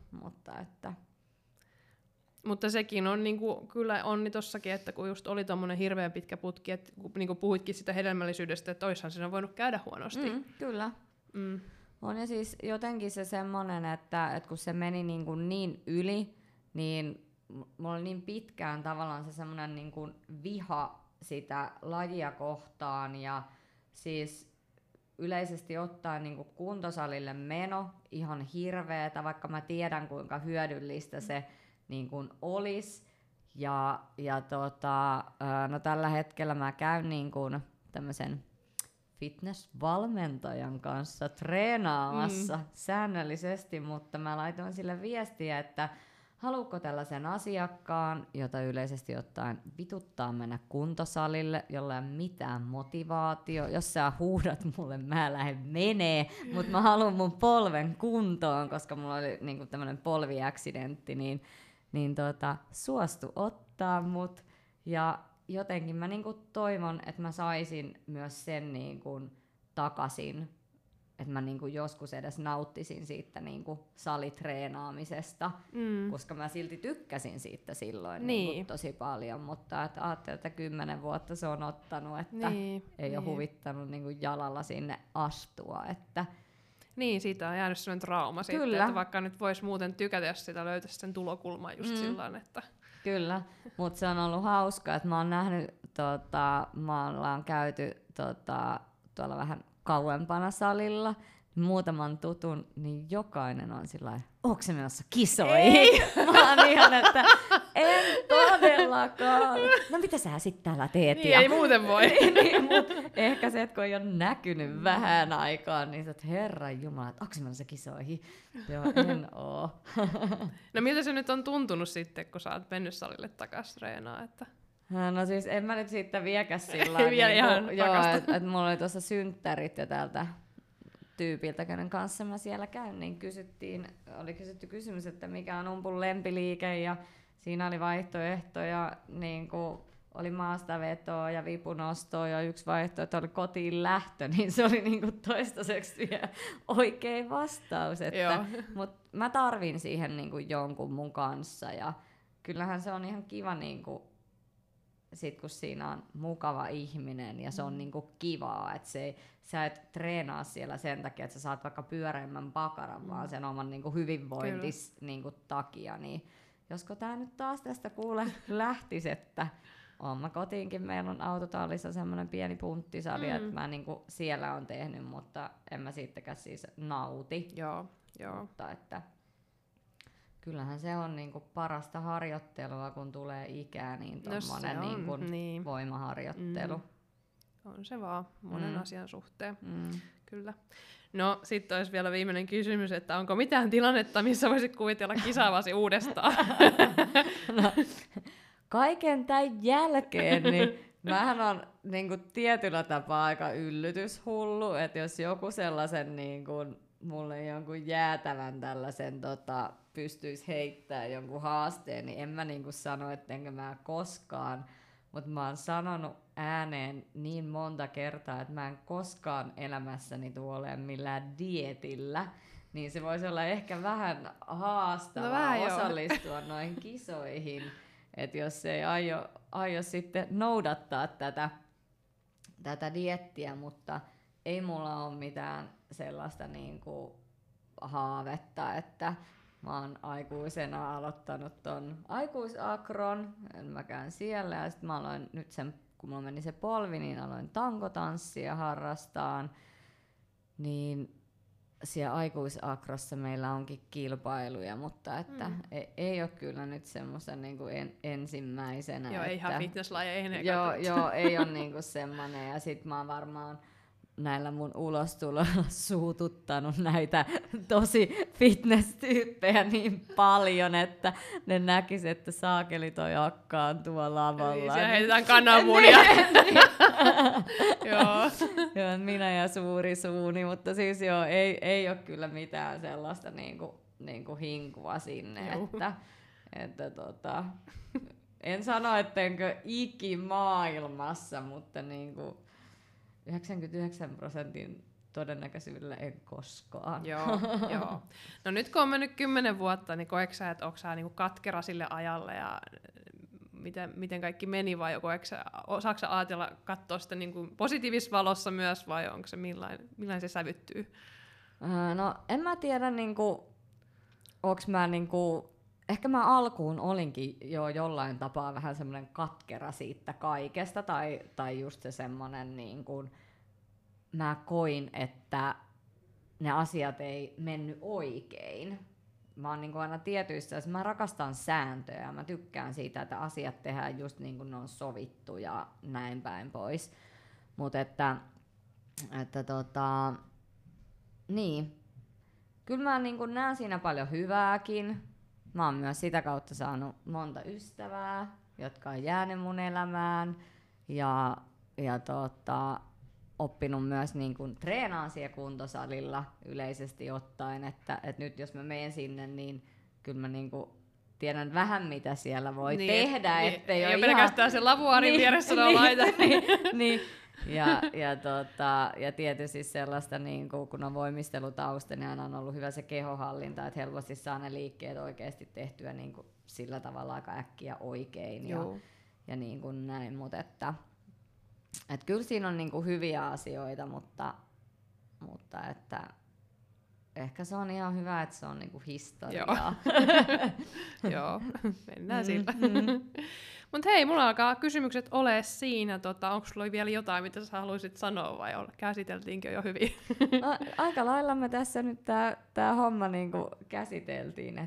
Mutta sekin on niinku, kyllä onni tossakin, että kun just oli tommonen hirveän pitkä putki, että niinku puhuitkin sitä hedelmällisyydestä, että oishan siinä voinut käydä huonosti. Kyllä. On ja siis jotenkin se semmonen, että kun se meni niin yli, niin mulla oli niin pitkään tavallaan se semmonen niin viha sitä lajia kohtaan ja siis yleisesti ottaen niin kuntosalille meno ihan hirveetä, vaikka mä tiedän kuinka hyödyllistä se niin olisi. No tällä hetkellä mä käyn niin kuin tämmöisen fitnessvalmentajan kanssa treenaamassa säännöllisesti, mutta mä laitoin sille viestiä, että haluatko tällaisen asiakkaan, jota yleisesti ottaen vituttaa mennä kuntosalille, jolla ei ole mitään motivaatio. Jos sä huudat mulle, mä lähden menee, mutta mä haluan mun polven kuntoon, koska mulla oli niinku tämmönen polviaccidentti, niin suostu ottaa mut. Ja jotenkin mä niinku toivon, että mä saisin myös sen niinku takaisin, että mä niinku joskus edes nauttisin siitä niinku salitreenaamisesta, koska mä silti tykkäsin siitä silloin niinku tosi paljon, mutta ajattelin, että 10 vuotta se on ottanut, että ei ole huvittanut niinku jalalla sinne astua. Että niin, siitä on jäänyt sellainen trauma sitten, että vaikka nyt voisi muuten tykätä, jos sitä löytäisi sen tulokulman just sillain, että kyllä, mutta se on ollut hauskaa, että mä oon nähnyt, mä ollaan käyty tuolla vähän kauempana salilla, muutaman tutun, niin jokainen on sillain, onko se menossa kisoihin? Mä oon ihan, että en todellakaan. No mitä sä sit täällä teet? Niin, ei muuten voi. Mut ehkä se, että kun ei ole näkynyt vähän aikaa, niin sä oot herran jumala, että onko se menossa kisoihin? Joo, en oo. No miltä se nyt on tuntunut sitten, kun sä oot mennyt salille takas treenaa? Että no siis en mä nyt siitä viekäs sillä että mulla oli tuossa synttärit ja täältä tyypiltä, kenen kanssa mä siellä käyn, niin oli kysytty kysymys, että mikä on umpun lempiliike, ja siinä oli vaihtoehtoja, niin kuin oli maastavetoa ja vipunostoa, ja yksi vaihtoehto oli kotiin lähtö, niin se oli niin kuin toistaiseksi vielä oikein vastaus. Mutta mä tarvin siihen niin kuin jonkun mun kanssa, ja kyllähän se on ihan kiva, niin kuin sit kun siinä on mukava ihminen ja se on niinku kivaa, että sä et treenaa siellä sen takia, että sä saat vaikka pyöreämmän pakaran, vaan sen oman niinku hyvinvointis niinku takia, niin josko tää nyt taas tästä kuule lähtis, että mä kotiinkin, meillä on autotallissa semmoinen pieni punttisali, että mä niinku siellä on tehnyt, mutta en mä siitäkään siis nauti. Joo. Mutta että kyllähän se on niinku parasta harjoittelua, kun tulee ikää, niin tommonen niinku voimaharjoittelu. On se vaan monen asian suhteen, kyllä. No, sitten olisi vielä viimeinen kysymys, että onko mitään tilannetta, missä voisit kuvitella kisaavasi uudestaan? No, kaiken tämän jälkeen, niin mähän on niin kuin tietyllä tapaa aika yllytyshullu, että jos joku sellaisen niin kuin, mulle jonkun jäätävän tällaisen pystyisi heittämään jonkun haasteen, niin en mä niin kuin sano, että enkä mä koskaan, mutta mä oon sanonut ääneen niin monta kertaa, että mä en koskaan elämässäni tule olemaan millään dietillä, niin se voisi olla ehkä vähän haastavaa osallistua noihin kisoihin, että jos ei aio sitten noudattaa tätä dieettiä, mutta ei mulla ole mitään sellaista niinku haavetta, että mä oon aikuisena aloittanut ton aikuisakron, en mäkään siellä, ja sitten mä aloin nyt sen, kun mulla meni se polvi, niin aloin tankotanssia harrastaan, niin siellä aikuisakrossa meillä onkin kilpailuja, mutta että ei ole kyllä nyt semmoisen niinku ensimmäisenä. Joo, ei ihan fitnesslajeihin. Joo, ei ole niinku semmoinen, ja sit mä oon varmaan näillä mun ulostuloilla suututtanut näitä tosi fitness-tyyppejä niin paljon, että ne näkis, että saakeli toi akka on tuolla lavalla. Niin, siellä heitetään kananmunia. Joo, minä ja suuri suuni, mutta siis joo, ei ole kyllä mitään sellaista niinku hinkua sinne, että en sano, ettenkö ikimaailmassa, mutta niinku 99% todennäköisyydellä en koskaan. Joo. No nyt kun on mennyt 10 vuotta, niin koetko sä, että onko sä niinku katkera sille ajalle ja miten kaikki meni, vai osaatko sä ajatella katsoa sitä niinku positiivisessa valossa myös, vai onko se millainen se sävyttyy? No en mä tiedä, onko mä ehkä mä alkuun olinkin jo jollain tapaa vähän semmoinen katkera siitä kaikesta, tai just se semmoinen mä koin, että ne asiat ei mennyt oikein. Mä oon aina tietyissä, mä rakastan sääntöjä, mä tykkään siitä, että asiat tehdään just niin kuin ne on sovittu ja näin päin pois. Mutta niin. Kyllä mä näen siinä paljon hyvääkin. Mä oon myös sitä kautta saanut monta ystävää, jotka on jäänyt mun elämään. Ja oppinut myös treenaan siellä kuntosalilla yleisesti ottaen. Että nyt jos mä menen sinne, niin kyllä mä tiedän vähän mitä siellä voi tehdä. Ei ole pelkästään se lavuaarin vieressä laita. Niin. Ja tietysti sellaista, kun on voimistelutausta, niin aina on ollut hyvä se kehohallinta, että helposti saa ne liikkeet oikeasti tehtyä sillä tavalla aika äkkiä oikein ja näin. Mutta että kyllä siinä on hyviä asioita, mutta että ehkä se on ihan hyvä, että se on historiaa. Joo, mennään sillä. Mutta hei, mulla alkaa kysymykset ole siinä. Onko sulla vielä jotain, mitä sä haluaisit sanoa, vai käsiteltiinkö jo hyvin? No, aika lailla me tässä nyt tää homma käsiteltiin,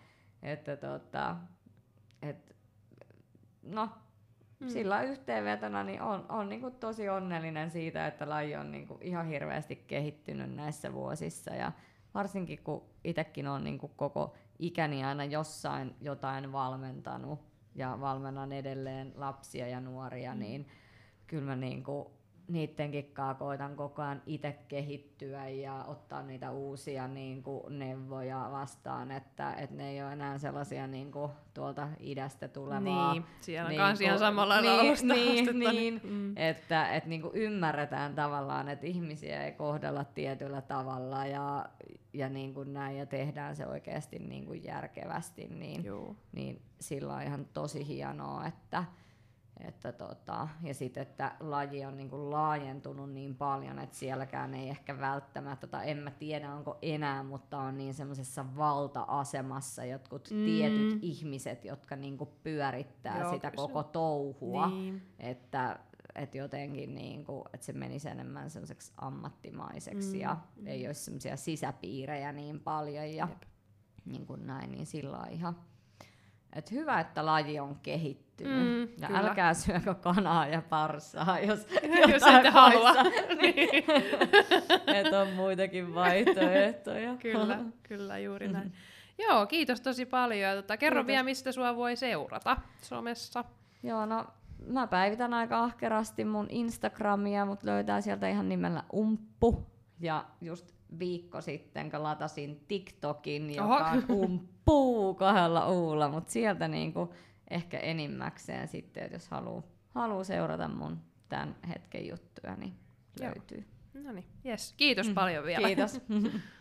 sillä yhteenvetona niin on tosi onnellinen siitä, että laji on ihan hirveästi kehittynyt näissä vuosissa, ja varsinkin kun itsekin on koko ikäni aina jossain jotain valmentanut ja valmennan edelleen lapsia ja nuoria, niin kyllä mä niittenkin kanssa koitan koko ajan itse kehittyä ja ottaa niitä uusia neuvoja vastaan, että ne ei ole enää sellaisia tuolta idästä tulevaa. Niin, siellä on kans ihan samalla lailla että ymmärretään tavallaan, että ihmisiä ei kohdella tietyllä tavalla ja näin, ja tehdään se oikeasti järkevästi, niin sillä on ihan tosi hienoa, ja sitten, että laji on laajentunut niin paljon, että sielläkään ei ehkä välttämättä, en mä tiedä onko enää, mutta on niin semmoisessa valta-asemassa jotkut tietyt ihmiset, jotka pyörittää sitä koko touhua, että jotenkin että se menisi enemmän semmoiseksi ammattimaiseksi ja ei olisi semmoisia sisäpiirejä niin paljon ja näin, niin sillä on ihan Et hyvä, että laji on kehittynyt. Ja kyllä. älkää syökö kanaa ja parsaa, jos Jos ette halua. Niin. että on muitakin vaihtoehtoja. Kyllä, juuri näin. Joo, kiitos tosi paljon. Kerro vielä, mistä sua voi seurata somessa. Joo, no mä päivitän aika ahkerasti mun Instagramia, mut löytää sieltä ihan nimellä Umppu. Ja just viikko sitten, kun latasin TikTokin, joka on Umppuu 2 uulla, mut sieltä niinku ehkä enimmäkseen sitten, että jos haluu seurata mun tämän hetken juttuja, niin löytyy. No niin, jes. Kiitos paljon vielä. Kiitos.